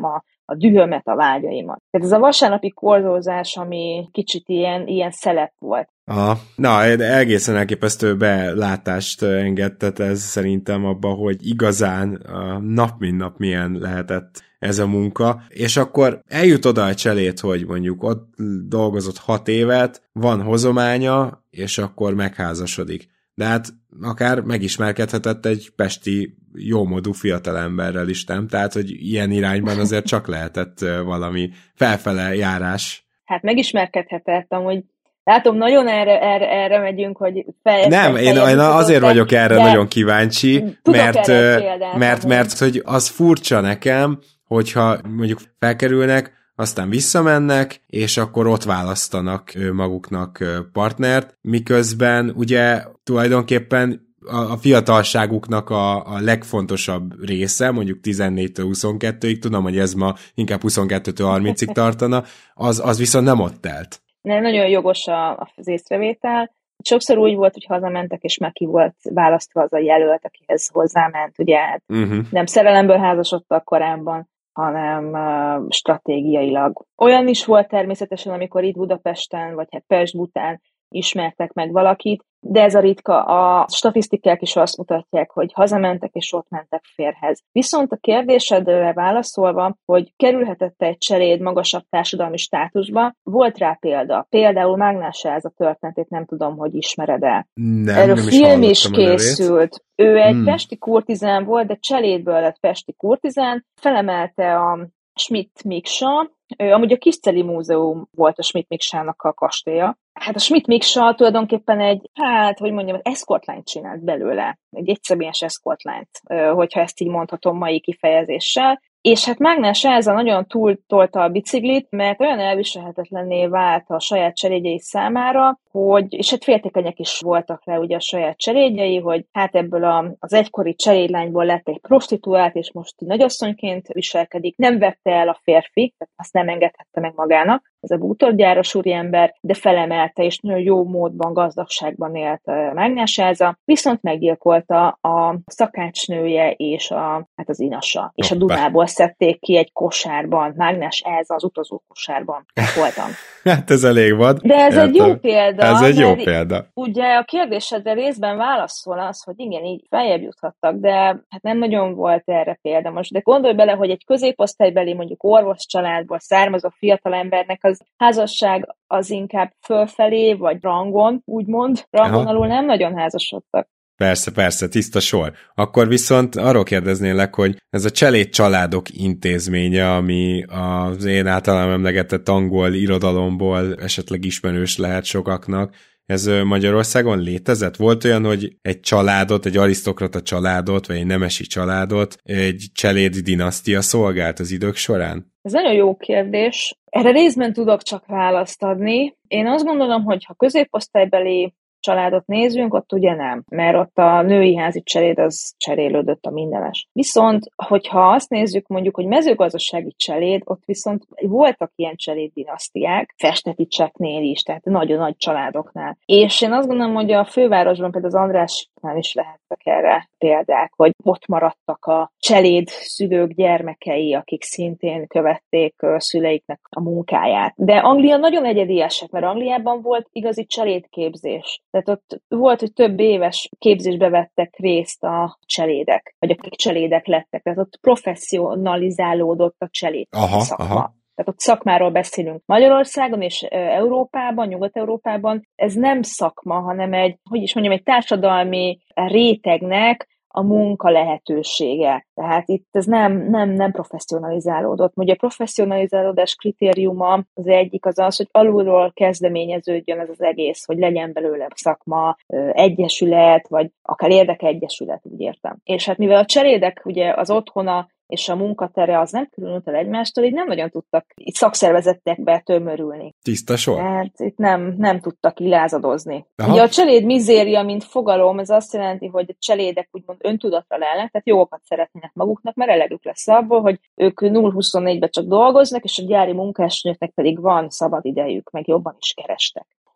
a dühömet, a vágyaimat. Tehát ez a vasárnapi korzózás, ami kicsit ilyen, ilyen szelep volt. Aha. Na, egészen elképesztő belátást engedtet ez szerintem abba, hogy igazán nap mint nap milyen lehetett ez a munka, és akkor eljut oda a cselét, hogy mondjuk ott dolgozott hat évet, van hozománya, és akkor megházasodik. De hát akár megismerkedhetett egy pesti jómodú fiatalemberrel is, nem? Tehát, hogy ilyen irányban azért csak lehetett valami felfele járás. Hát megismerkedhetett, amúgy látom, nagyon erre, erre, erre megyünk, hogy fel, nem, fel, én, én azért vagyok erre nagyon kíváncsi, mert, példát, mert, mert hogy az furcsa nekem, hogyha mondjuk felkerülnek, aztán visszamennek, és akkor ott választanak maguknak partnert, miközben ugye tulajdonképpen a, a fiatalságuknak a, a legfontosabb része, mondjuk tizennégytől huszonkettőig, tudom, hogy ez ma inkább huszonkettőtől harmincig tartana, az, az viszont nem ott telt. Nem, nagyon jogos az észrevétel. Sokszor úgy volt, hogy hazamentek, és már ki volt választva az a jelölt, akihez hozzáment, ugye uh-huh. nem szerelemből házasodtak korábban, hanem uh, stratégiailag. Olyan is volt természetesen, amikor itt Budapesten, vagy hát Pest-Bután ismertek meg valakit, de ez a ritka. A statisztikák is azt mutatják, hogy hazamentek és ott mentek férhez. Viszont a kérdésedre válaszolva, hogy kerülhetett egy cseléd magasabb társadalmi státusba, volt rá példa. Például Mágnás Elza történetét nem tudom, hogy ismered-e. Nem, Erről nem film is, is készült. Ő egy hmm. pesti kurtizán volt, de cselédből lett pesti kurtizán. Felemelte a Schmidt Miksa. Ő, amúgy a Kisceli Múzeum volt a Schmidt Miksának a kastélya. Hát a Schmidt Miksa tulajdonképpen egy, hát, hogy mondjam, eszkortlányt csinált belőle. Egy egyszebélyes eszkortlányt, hogyha ezt így mondhatom mai kifejezéssel. És hát Mágnás Elza nagyon túltolta a biciklit, mert olyan elviselhetetlenné vált a saját cselédjei számára, hogy, és hát féltékenyek is voltak rá ugye a saját cselédjei, hogy hát ebből a, az egykori cselédlányból lett egy prostituált, és most nagyasszonyként viselkedik. Nem vette el a férfi, tehát azt nem engedhette meg magának, ez a bútorgyáros úriember, de felemelte, és nagyon jó módban, gazdagságban élt Mágnás Elza, viszont meggyilkolta a szakácsnője és a, hát az inasa, és a Dunából szedték ki egy kosárban, Mágnás Elza az utazó kosárban voltam. Hát ez elég vad. De ez egy jó példa. Ez egy jó példa. Ugye a kérdésedre részben válaszol az, hogy igen, így feljebb juthattak, de hát nem nagyon volt erre példa most. De gondolj bele, hogy egy középosztálybeli, mondjuk orvos családból származó fiatalembernek az házasság az inkább fölfelé, vagy rangon, úgymond, rangon Aha. alul nem nagyon házasodtak. Persze, persze, tiszta sor. Akkor viszont arról kérdeznélek, hogy ez a cseléd családok intézménye, ami az én általam emlegetett angol irodalomból esetleg ismerős lehet sokaknak, ez Magyarországon létezett? Volt olyan, hogy egy családot, egy arisztokrata családot, vagy egy nemesi családot egy cseléd dinasztia szolgált az idők során? Ez nagyon jó kérdés. Erre részben tudok csak választ adni. Én azt gondolom, hogy ha középosztálybeli családot nézünk, ott ugye nem, mert ott a női házi cseléd az cserélődött a mindenes. Viszont, hogyha azt nézzük mondjuk, hogy mezőgazdasági cseléd, ott viszont voltak ilyen cseléddinasztiák, Festeticsaknél is, tehát nagyon nagy családoknál. És én azt gondolom, hogy a fővárosban, például az Andrássyknál is lehettek erre példák, hogy ott maradtak a cseléd szülők gyermekei, akik szintén követték szüleiknek a munkáját. De Anglia nagyon egyedi eset, mert Angliában volt igazi cselédképzés. Tehát ott volt, hogy több éves képzésbe vettek részt a cselédek, vagy akik cselédek lettek. Tehát ott professzionalizálódott a cseléd aha, szakma. Aha. Tehát ott szakmáról beszélünk. Magyarországon és Európában, Nyugat-Európában ez nem szakma, hanem egy, hogy is mondjam, egy társadalmi rétegnek a munka lehetősége. Tehát itt ez nem, nem, nem professzionalizálódott. Ugye a professzionalizálódás kritériuma az egyik az az, hogy alulról kezdeményeződjön ez az egész, hogy legyen belőle szakma, egyesület, vagy akár érdekegyesület, úgy értem. És hát mivel a cselédek ugye az otthona és a munkatere az nem különült el egymástól, így nem nagyon tudtak itt szakszervezetekbe tömörülni. Tiszta sor. Hát itt nem, nem tudtak így lázadozni. Aha. Ugye a cseléd mizéria, mint fogalom, ez azt jelenti, hogy a cselédek úgymond öntudatra lelnek, tehát jókat szeretnének maguknak, mert elegük lesz abból, hogy ők nulla huszonnégyben csak dolgoznak, és a gyári munkásnőknek pedig van szabad idejük, meg jobban is kerestek.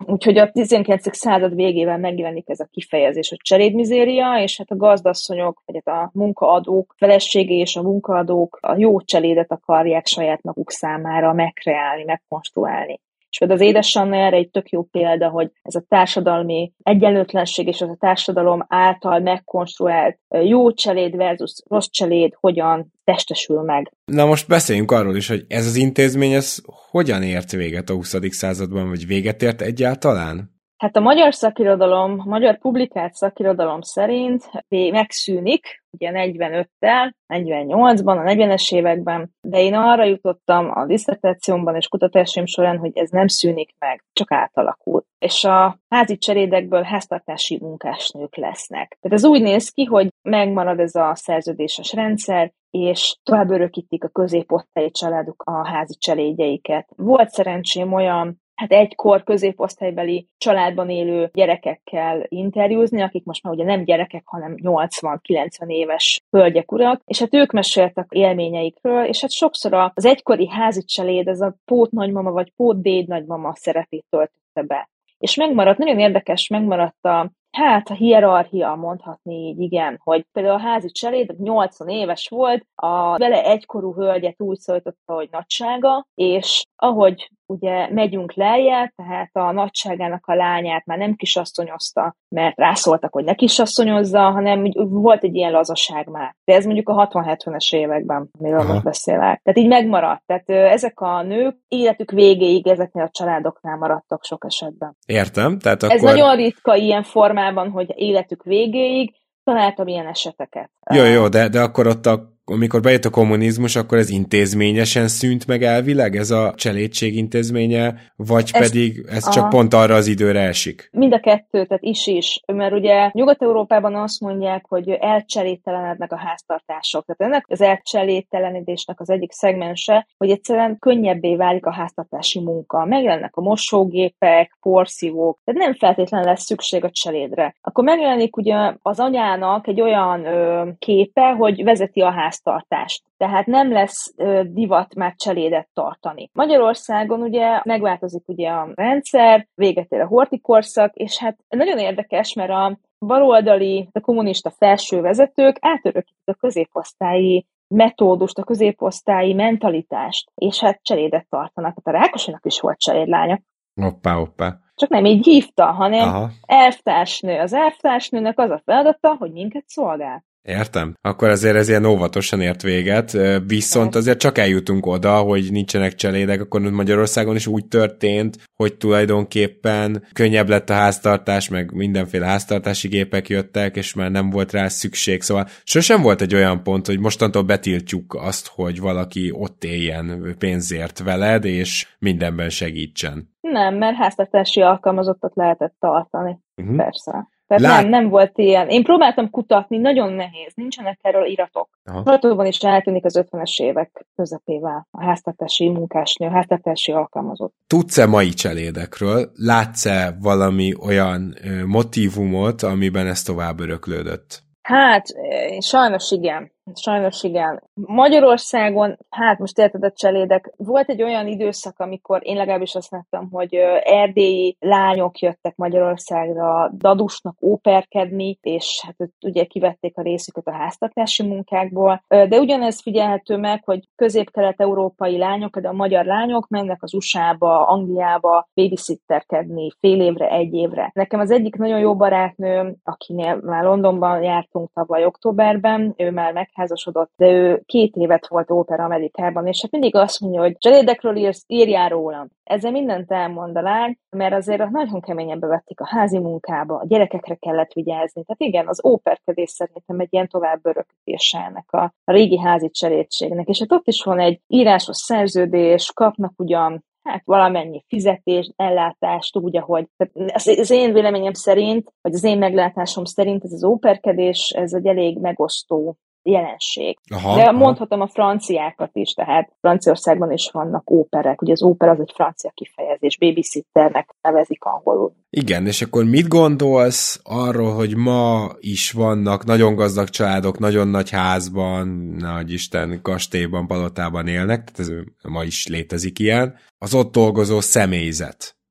Úgyhogy a tizenkilencedik század végével megjelenik ez a kifejezés, a cselédmizéria, és hát a gazdasszonyok, vagy hát a munkaadók feleségei és a munkaadók a jó cselédet akarják saját maguk számára megkreálni, megkonstruálni. És például az Édes Anna erre egy tök jó példa, hogy ez a társadalmi egyenlőtlenség és az a társadalom által megkonstruált jó cseléd versus rossz cseléd hogyan testesül meg. Na most beszéljünk arról is, hogy ez az intézmény, ez hogyan ért véget a huszadik században, vagy véget ért egyáltalán? Hát a magyar szakirodalom, a magyar publikált szakirodalom szerint megszűnik, ugye negyvenöttel, negyvennyolcban, a negyvenes években, de én arra jutottam a disszertációmban és kutatásaim során, hogy ez nem szűnik meg, csak átalakul. És a házi cselédekből háztartási munkásnők lesznek. Tehát ez úgy néz ki, hogy megmarad ez a szerződéses rendszer, és tovább örökítik a középosztályi családok a házi cselédjeiket. Volt szerencsém olyan, hát egykor középosztálybeli családban élő gyerekekkel interjúzni, akik most már ugye nem gyerekek, hanem nyolcvan-kilencven éves hölgyek, urak, és hát ők meséltek élményeikről, és hát sokszor az egykori házi cseléd, ez a pótnagymama vagy pótdédnagymama szerepét töltötte be. És megmaradt, nagyon érdekes, megmaradt a Hát a hierarchia, mondhatni így, igen, hogy például a házi cseléd nyolcvan éves volt, a vele egykorú hölgyet úgy szólította, hogy nagysága, és ahogy ugye megyünk lejjebb, tehát a nagyságának a lányát már nem kisasszonyozta, mert rászóltak, hogy ne kisasszonyozza, hanem volt egy ilyen lazaság már. De ez mondjuk a hatvan-hetvenes években, amiről most beszélek. Tehát így megmaradt. Tehát ezek a nők életük végéig ezeknél a családoknál maradtak sok esetben. Értem. Tehát akkor... Ez nagyon ritka ilyen formában, hogy életük végéig találtam ilyen eseteket. Jó, jó, de, de akkor ott a amikor bejött a kommunizmus, akkor ez intézményesen szűnt meg elvileg, ez a cselédség intézménye, vagy ez, pedig ez csak aha. pont arra az időre esik? Mind a kettő, tehát is is, mert ugye Nyugat-Európában azt mondják, hogy elcselédtelenednek a háztartások. Tehát ennek az elcselédtelenedésnek az egyik szegmense, hogy egyszerűen könnyebbé válik a háztartási munka. Megjelennek a mosógépek, porszívók, tehát nem feltétlenül lesz szükség a cselédre. Akkor megjelenik ugye az anyának egy olyan ö, képe, hogy vezeti a ház tartást. Tehát nem lesz ö, divat már cselédet tartani. Magyarországon ugye megváltozik ugye a rendszer, véget ér a horthy-korszak, és hát nagyon érdekes, mert a baloldali, a kommunista felső vezetők átörökítik a középosztályi metódust, a középosztályi mentalitást, és hát cselédet tartanak. Hát a Rákosinak is volt cselédlánya. Hoppá, hoppá. Csak nem így hívta, hanem aha. elvtársnő. Az elvtársnőnek az a feladata, hogy minket szolgál. Értem. Akkor azért ez ilyen óvatosan ért véget, viszont azért csak eljutunk oda, hogy nincsenek cselédek, akkor Magyarországon is úgy történt, hogy tulajdonképpen könnyebb lett a háztartás, meg mindenféle háztartási gépek jöttek, és már nem volt rá szükség. Szóval sosem volt egy olyan pont, hogy mostantól betiltjuk azt, hogy valaki ott éljen pénzért veled, és mindenben segítsen. Nem, mert háztartási alkalmazottat lehetett tartani. Uh-huh. Persze. Tehát Lát... nem, nem volt ilyen. Én próbáltam kutatni, nagyon nehéz, nincsenek erről iratok. Sajtóban is eltűnik az ötvenes évek közepével a háztartási munkásnő, a háztartási alkalmazott. Tudsz-e mai cselédekről? Látsz-e valami olyan ö, motívumot, amiben ez tovább öröklődött? Hát, sajnos igen. Sajnos igen. Magyarországon, hát most érted a cselédek, volt egy olyan időszak, amikor én legalábbis azt láttam, hogy erdélyi lányok jöttek Magyarországra dadusnak óperkedni, és hát ugye kivették a részüket a háztartási munkákból. De ugyanez figyelhető meg, hogy közép-kelet-európai lányok, de a magyar lányok mennek az u es á-ba, Angliába babysitterkedni fél évre, egy évre. Nekem az egyik nagyon jó barátnő, akinél már Londonban jártunk tavaly októberben, ő már meg házasodott, de ő két évet volt ópera Amerikában, és hát mindig azt mondja, hogy cselédekről írsz, írjál rólam. Ezzel mindent elmond a lány, mert azért nagyon keményen bevették a házi munkába, a gyerekekre kellett vigyázni. Tehát igen, az óperkedés szerintem egy ilyen tovább örökítése ennek a, a régi házi cselédségnek. És hát ott is van egy írásos szerződés, kapnak ugyan hát valamennyi fizetést, ellátást, úgy, ahogy. Tehát az én véleményem szerint, vagy az én meglátásom szerint ez az óperkedés, ez egy elég megosztó jelenség. Aha, de mondhatom aha. a franciákat is, tehát Franciaországban is vannak óperek, ugye az ópera az egy francia kifejezés, babysitternek nevezik angolul. Igen, és akkor mit gondolsz arról, hogy ma is vannak nagyon gazdag családok, nagyon nagy házban, nagy Isten, kastélyban, palotában élnek, tehát ez ma is létezik ilyen, az ott dolgozó személyzet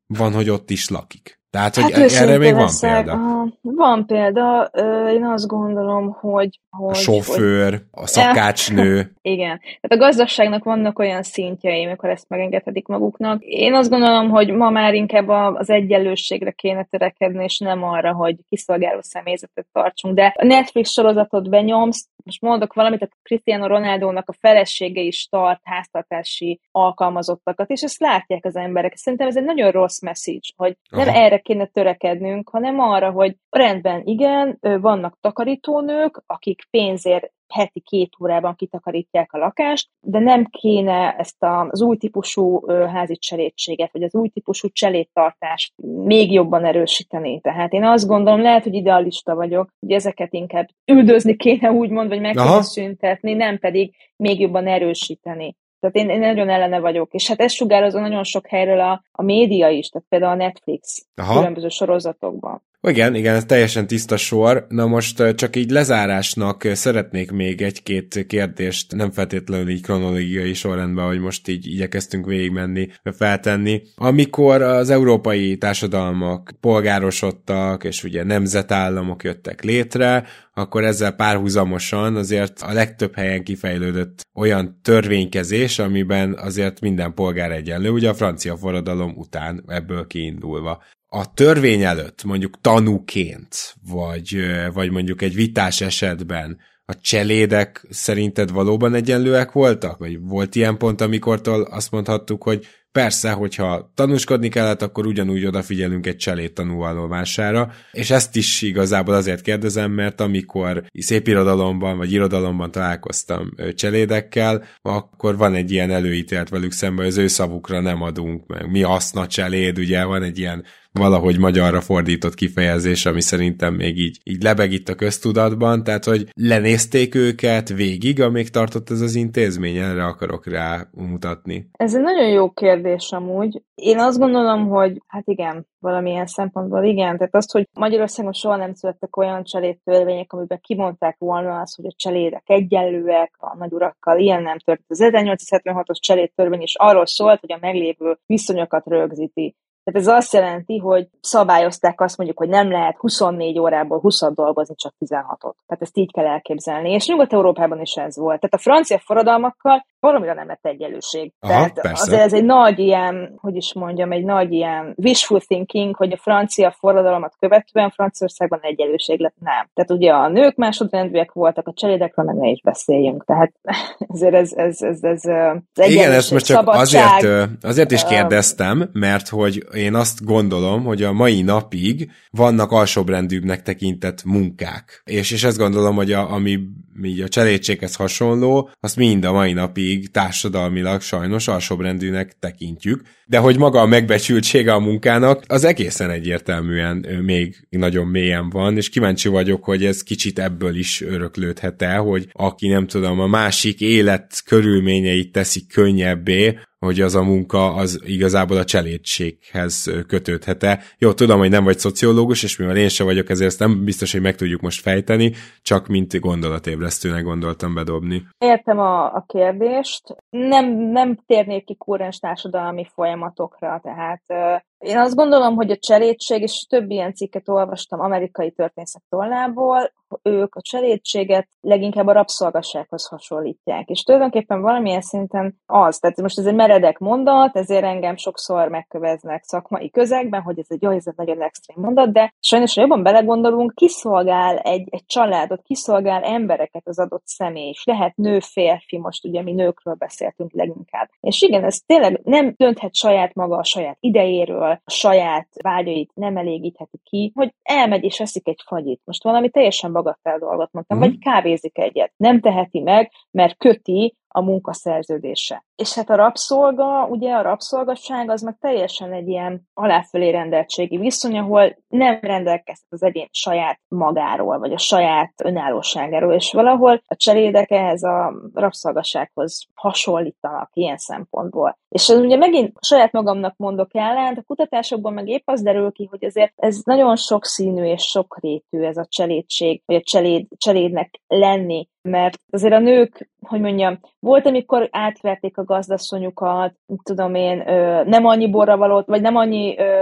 van, hogy ott is lakik. Tehát, hogy hát erre még van leszek. példa. Aha, van példa, én azt gondolom, hogy... hogy a sofőr, hogy... a szakácsnő. Igen. Tehát a gazdaságnak vannak olyan szintjei, amikor ezt megengedhetik maguknak. Én azt gondolom, hogy ma már inkább az egyenlőségre kéne törekedni, és nem arra, hogy kiszolgáló személyzetet tartsunk. De a Netflix sorozatot benyomsz, most mondok valamit, a Cristiano Ronaldónak a felesége is tart háztartási alkalmazottakat, és ezt látják az emberek. Szerintem ez egy nagyon rossz message, hogy nem Aha. erre kéne törekednünk, hanem arra, hogy rendben, igen, vannak takarítónők, akik pénzért heti két órában kitakarítják a lakást, de nem kéne ezt az új típusú házi cselédséget, vagy az új típusú cselédtartást még jobban erősíteni. Tehát én azt gondolom, lehet, hogy idealista vagyok, hogy ezeket inkább üldözni kéne úgymond, vagy meg kéne szüntetni, nem pedig még jobban erősíteni. Tehát én, én nagyon ellene vagyok. És hát ez sugározza nagyon sok helyről a, a média is, tehát például a Netflix Aha. különböző sorozatokban. Igen, igen, ez teljesen tiszta sor. Na most csak így lezárásnak szeretnék még egy-két kérdést, nem feltétlenül így kronológiai sorrendben, hogy most így igyekeztünk végigmenni, feltenni. Amikor az európai társadalmak polgárosodtak, és ugye nemzetállamok jöttek létre, akkor ezzel párhuzamosan azért a legtöbb helyen kifejlődött olyan törvénykezés, amiben azért minden polgár egyenlő, ugye a francia forradalom után ebből kiindulva. A törvény előtt mondjuk tanúként, vagy, vagy mondjuk egy vitás esetben a cselédek szerinted valóban egyenlőek voltak? Vagy volt ilyen pont, amikortól azt mondhattuk, hogy persze, hogyha tanúskodni kellett, akkor ugyanúgy odafigyelünk egy cseléd tanúvallomására, és ezt is igazából azért kérdezem, mert amikor szépirodalomban vagy irodalomban találkoztam cselédekkel, akkor van egy ilyen előítélet velük szemben, hogy az ő szavukra nem adunk meg. Mi haszna cseléd, ugye van egy ilyen valahogy magyarra fordított kifejezés, ami szerintem még így, így lebeg itt a köztudatban, tehát hogy lenézték őket végig, amíg tartott ez az intézmény, erre akarok rá mutatni. Ez egy nagyon jó kérdés amúgy. Én azt gondolom, hogy hát igen, valamilyen szempontból igen, tehát azt, hogy Magyarországon soha nem születtek olyan cselédtörvények, amiben kimondták volna azt, hogy a cselédek egyenlőek a nagyurakkal, ilyen nem történt. Az ezernyolcszázhetvenhatos cselédtörvény is arról szólt, hogy a meglévő viszonyokat rögzíti. Tehát ez azt jelenti, hogy szabályozták azt mondjuk, hogy nem lehet huszonnégy órából húszat dolgozni, csak tizenhatot. Tehát ezt így kell elképzelni. És Nyugat-Európában is ez volt. Tehát a francia forradalmakkal valamire nem lett egyenlőség. Aha, Tehát persze. Azért ez egy nagy ilyen, hogy is mondjam, egy nagy ilyen wishful thinking, hogy a francia forradalmat követően Franciaországban egyenlőség lett. Nem. Tehát ugye a nők másodrendűek voltak, a cselédekről meg ne is beszéljünk. Tehát ezért ez, ez, ez, ez, ez igen, ezt most csak szabadság, azért, azért is kérdeztem, mert hogy én azt gondolom, hogy a mai napig vannak alsóbrendűbbnek tekintett munkák. És, és ezt gondolom, hogy a, ami így a cselédséghez hasonló, azt mind a mai napig társadalmilag sajnos alsóbrendűnek tekintjük. De hogy maga a megbecsültsége a munkának, az egészen egyértelműen még nagyon mélyen van, és kíváncsi vagyok, hogy ez kicsit ebből is öröklődhet-e, hogy aki nem tudom, a másik élet körülményeit teszi könnyebbé, hogy az a munka az igazából a cselédséghez kötődhet-e. Jó, tudom, hogy nem vagy szociológus, és mivel én sem vagyok, ezért ezt nem biztos, hogy meg tudjuk most fejteni, csak mint gondolatébresztőnek gondoltam bedobni. Értem a, a kérdést. Nem, nem térnék ki kúrens társadalmi folyamatokra, tehát uh, én azt gondolom, hogy a cselédség, és több ilyen cikket olvastam amerikai történészek tollából, ők a cselédséget leginkább a rabszolgassághoz hasonlítják. És tulajdonképpen valamilyen szinten az, tehát most ez egy meredek mondat, ezért engem sokszor megköveznek szakmai közegben, hogy ez egy jó, ez egy nagyon extrém mondat, de sajnos, ha jobban belegondolunk, kiszolgál egy, egy családot, kiszolgál embereket az adott személy, és lehet nő, férfi, most ugye mi nőkről beszéltünk leginkább. És igen, ez tényleg nem dönthet saját maga a saját idejéről, a saját vágyait nem elégítheti ki, hogy elmegy és eszik egy fagyit. Most valami teljesen bagattál dolgot mondtam, mm. vagy kávézik egyet. Nem teheti meg, mert köti a munkaszerződése. És hát a rabszolga, ugye a rabszolgasság az meg teljesen egy ilyen aláfölé rendeltségi viszony, ahol nem rendelkezhet az egyén saját magáról, vagy a saját önállóságáról, és valahol a cselédek ehhez a rabszolgassághoz hasonlítanak ilyen szempontból. És ugye megint saját magamnak mondok ellent, a kutatásokban meg épp az derül ki, hogy azért ez nagyon sokszínű és sokrétű ez a cselédség, vagy a cseléd, cselédnek lenni, mert azért a nők, hogy mondjam, volt, amikor átverték a gazdasszonyukat, tudom én, ö, nem annyi borra valót, vagy nem annyi ö,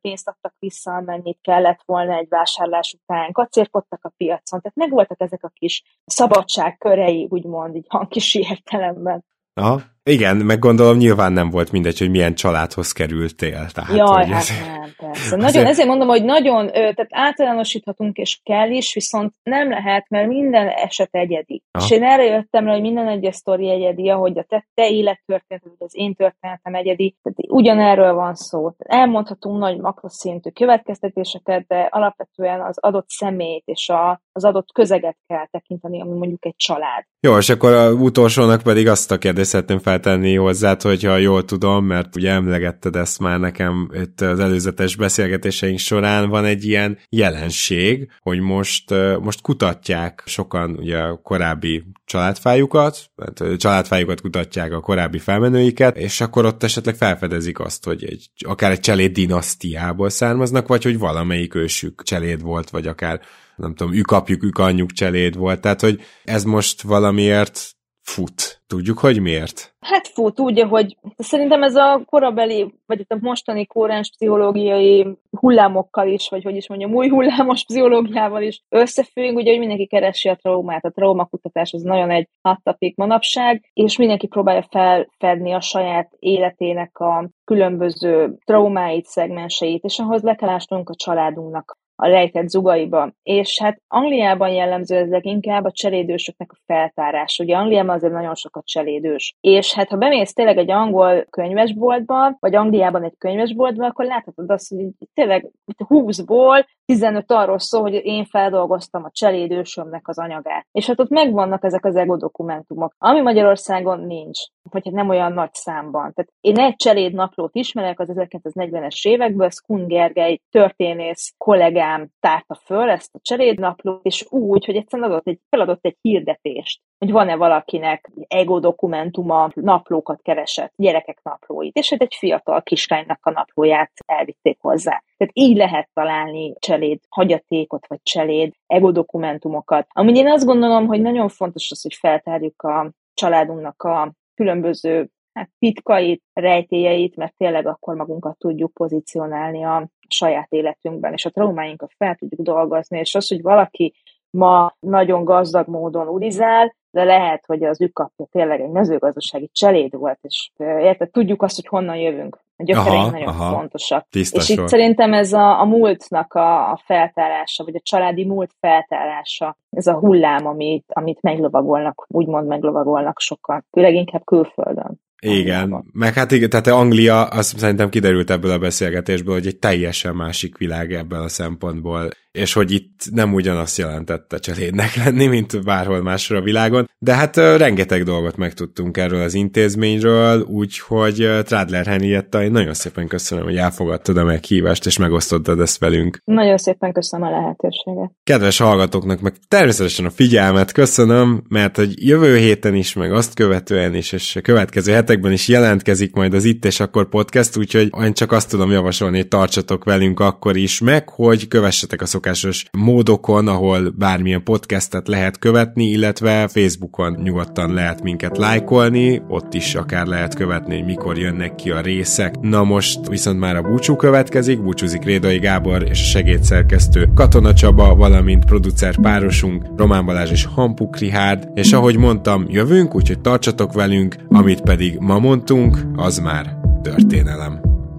pénzt adtak vissza, amennyit kellett volna egy vásárlás után, kacérkodtak a piacon, tehát megvoltak ezek a kis szabadságkörei, úgymond, így hangkisi értelemben. Aha. Igen, meg gondolom nyilván nem volt mindegy, hogy milyen családhoz kerültél. Tehát, Jaj, hát ezért... nem, persze. Nagyon, azért... ezért mondom, hogy nagyon, tehát általánosíthatunk, és kell is, viszont nem lehet, mert minden eset egyedi. Aha. És én erre jöttem rá, hogy minden egyes sztori egyedi, ahogy a te, te élettörténeted, vagy az én történetem egyedi, tehát ugyanerről van szó. Elmondhatunk nagy makroszintű következtetéseket, de alapvetően az adott személyt és a, az adott közeget kell tekinteni, ami mondjuk egy család. Jó, és akkor az utolsónak pedig azt a kérdést szeretném feltenni hozzád, hogyha jól tudom, mert ugye emlegetted ezt már nekem itt az előzetes beszélgetéseink során, van egy ilyen jelenség, hogy most, most kutatják sokan ugye a korábbi családfájukat, családfájukat kutatják a korábbi felmenőiket, és akkor ott esetleg felfedezik azt, hogy egy, akár egy cseléd dinasztiából származnak, vagy hogy valamelyik ősük cseléd volt, vagy akár nem tudom, ükapjuk, ükanyjuk cseléd volt, tehát hogy ez most valamiért fut. Tudjuk, hogy miért? Hát fut, úgy, hogy szerintem ez a korabeli, vagy a mostani kóráns pszichológiai hullámokkal is, vagy hogy is mondjam, új hullámos pszichológiával is összefügg, ugye, hogy mindenki keresi a traumát, a traumakutatás az nagyon egy hot topic manapság, és mindenki próbálja felfedni a saját életének a különböző traumáit, szegmenseit, és ahhoz le kell ásnunk a családunknak a rejtett zugaiba. És hát Angliában jellemző ezek inkább a cselédősöknek a feltárása. Ugye Angliában azért nagyon sok a cselédős. És hát ha bemész tényleg egy angol könyvesboltba, vagy Angliában egy könyvesboltba, akkor láthatod azt, hogy tényleg húszból tizenöt arról szól, hogy én feldolgoztam a cselédősömnek az anyagát. És hát ott megvannak ezek az ego dokumentumok, ami Magyarországon nincs, vagy hát nem olyan nagy számban. Tehát én egy cselédnaplót ismerek az ezerkilencszáznegyvenes évekből, Skun Gergely történész kollégám tárta föl ezt a cselédnaplót, és úgy, hogy egyszerűen adott egy, feladott egy hirdetést, hogy van-e valakinek ego dokumentuma, naplókat keresett, gyerekek naplóit, és hát egy fiatal kislánynak a naplóját elvitték hozzá. Tehát így lehet találni cseléd hagyatékot, vagy cseléd ego dokumentumokat. Amúgy én azt gondolom, hogy nagyon fontos az, hogy feltárjuk a családunknak a különböző hát, titkait, rejtélyeit, mert tényleg akkor magunkat tudjuk pozícionálni a saját életünkben, és a traumáinkat fel tudjuk dolgozni, és az, hogy valaki ma nagyon gazdag módon udizál, de lehet, hogy az ükapja tényleg egy mezőgazdasági cseléd volt, és érted, tudjuk azt, hogy honnan jövünk. A gyökereink nagyon aha, fontosak. És itt szerintem ez a, a múltnak a, a feltárása, vagy a családi múlt feltárása, ez a hullám, amit, amit meglovagolnak, úgymond meglovagolnak sokan, főleg inkább külföldön. Igen, Angliában. Meg hát igen, tehát Anglia, azt szerintem kiderült ebből a beszélgetésből, hogy egy teljesen másik világ ebből a szempontból, és hogy itt nem ugyanazt jelentette cselédnek lenni, mint bárhol másra a világon, de hát uh, rengeteg dolgot megtudtunk erről az intézményről, úgyhogy uh, Trádler Henrietta, én nagyon szépen köszönöm, hogy elfogadtad a meghívást, és megosztottad ezt velünk. Nagyon szépen köszönöm a lehetőséget. Kedves hallgatóknak meg természetesen a figyelmet köszönöm, mert hogy jövő héten is, meg azt követően is, és a következő hetekben is jelentkezik majd az Itt és Akkor podcast, úgyhogy én csak azt tudom javasolni, hogy tartsatok velünk akkor is, meg hogy kövessetek a szokásos módokon, ahol bármilyen podcastet lehet követni, illetve Facebookon nyugodtan lehet minket lájkolni, ott is akár lehet követni, hogy mikor jönnek ki a részek. Na most viszont már a búcsú következik, búcsúzik Rédai Gábor és a segédszerkesztő Katona Csaba, valamint producer párosunk Román Balázs és Hampuk Rihárd, és ahogy mondtam, jövünk, úgyhogy tartsatok velünk, amit pedig ma mondtunk, az már történelem.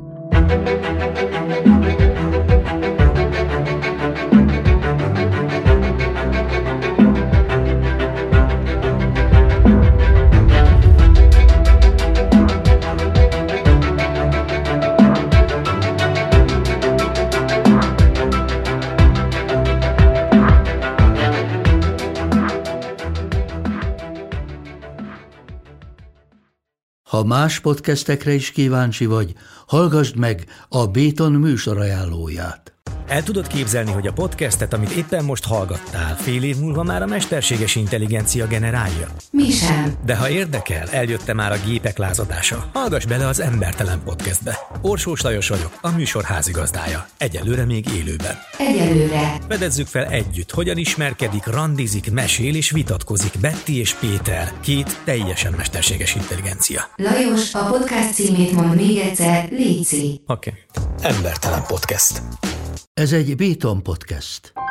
Ha más podcastekre is kíváncsi vagy, hallgassd meg a Béton műsor ajánlóját. El tudod képzelni, hogy a podcastet, amit éppen most hallgattál, fél év múlva már a mesterséges intelligencia generálja? Mi sem. De ha érdekel, eljött már a gépek lázadása. Hallgass bele az Embertelen Podcastbe. Orsós Lajos vagyok, a műsor házigazdája. Egyelőre még élőben. Egyelőre. Fedezzük fel együtt, hogyan ismerkedik, randizik, mesél és vitatkozik Betty és Péter, két teljesen mesterséges intelligencia. Lajos, a podcast címét mond még egyszer, léci. Oké. Okay. Embertelen Podcast. Ez egy Béton Podcast.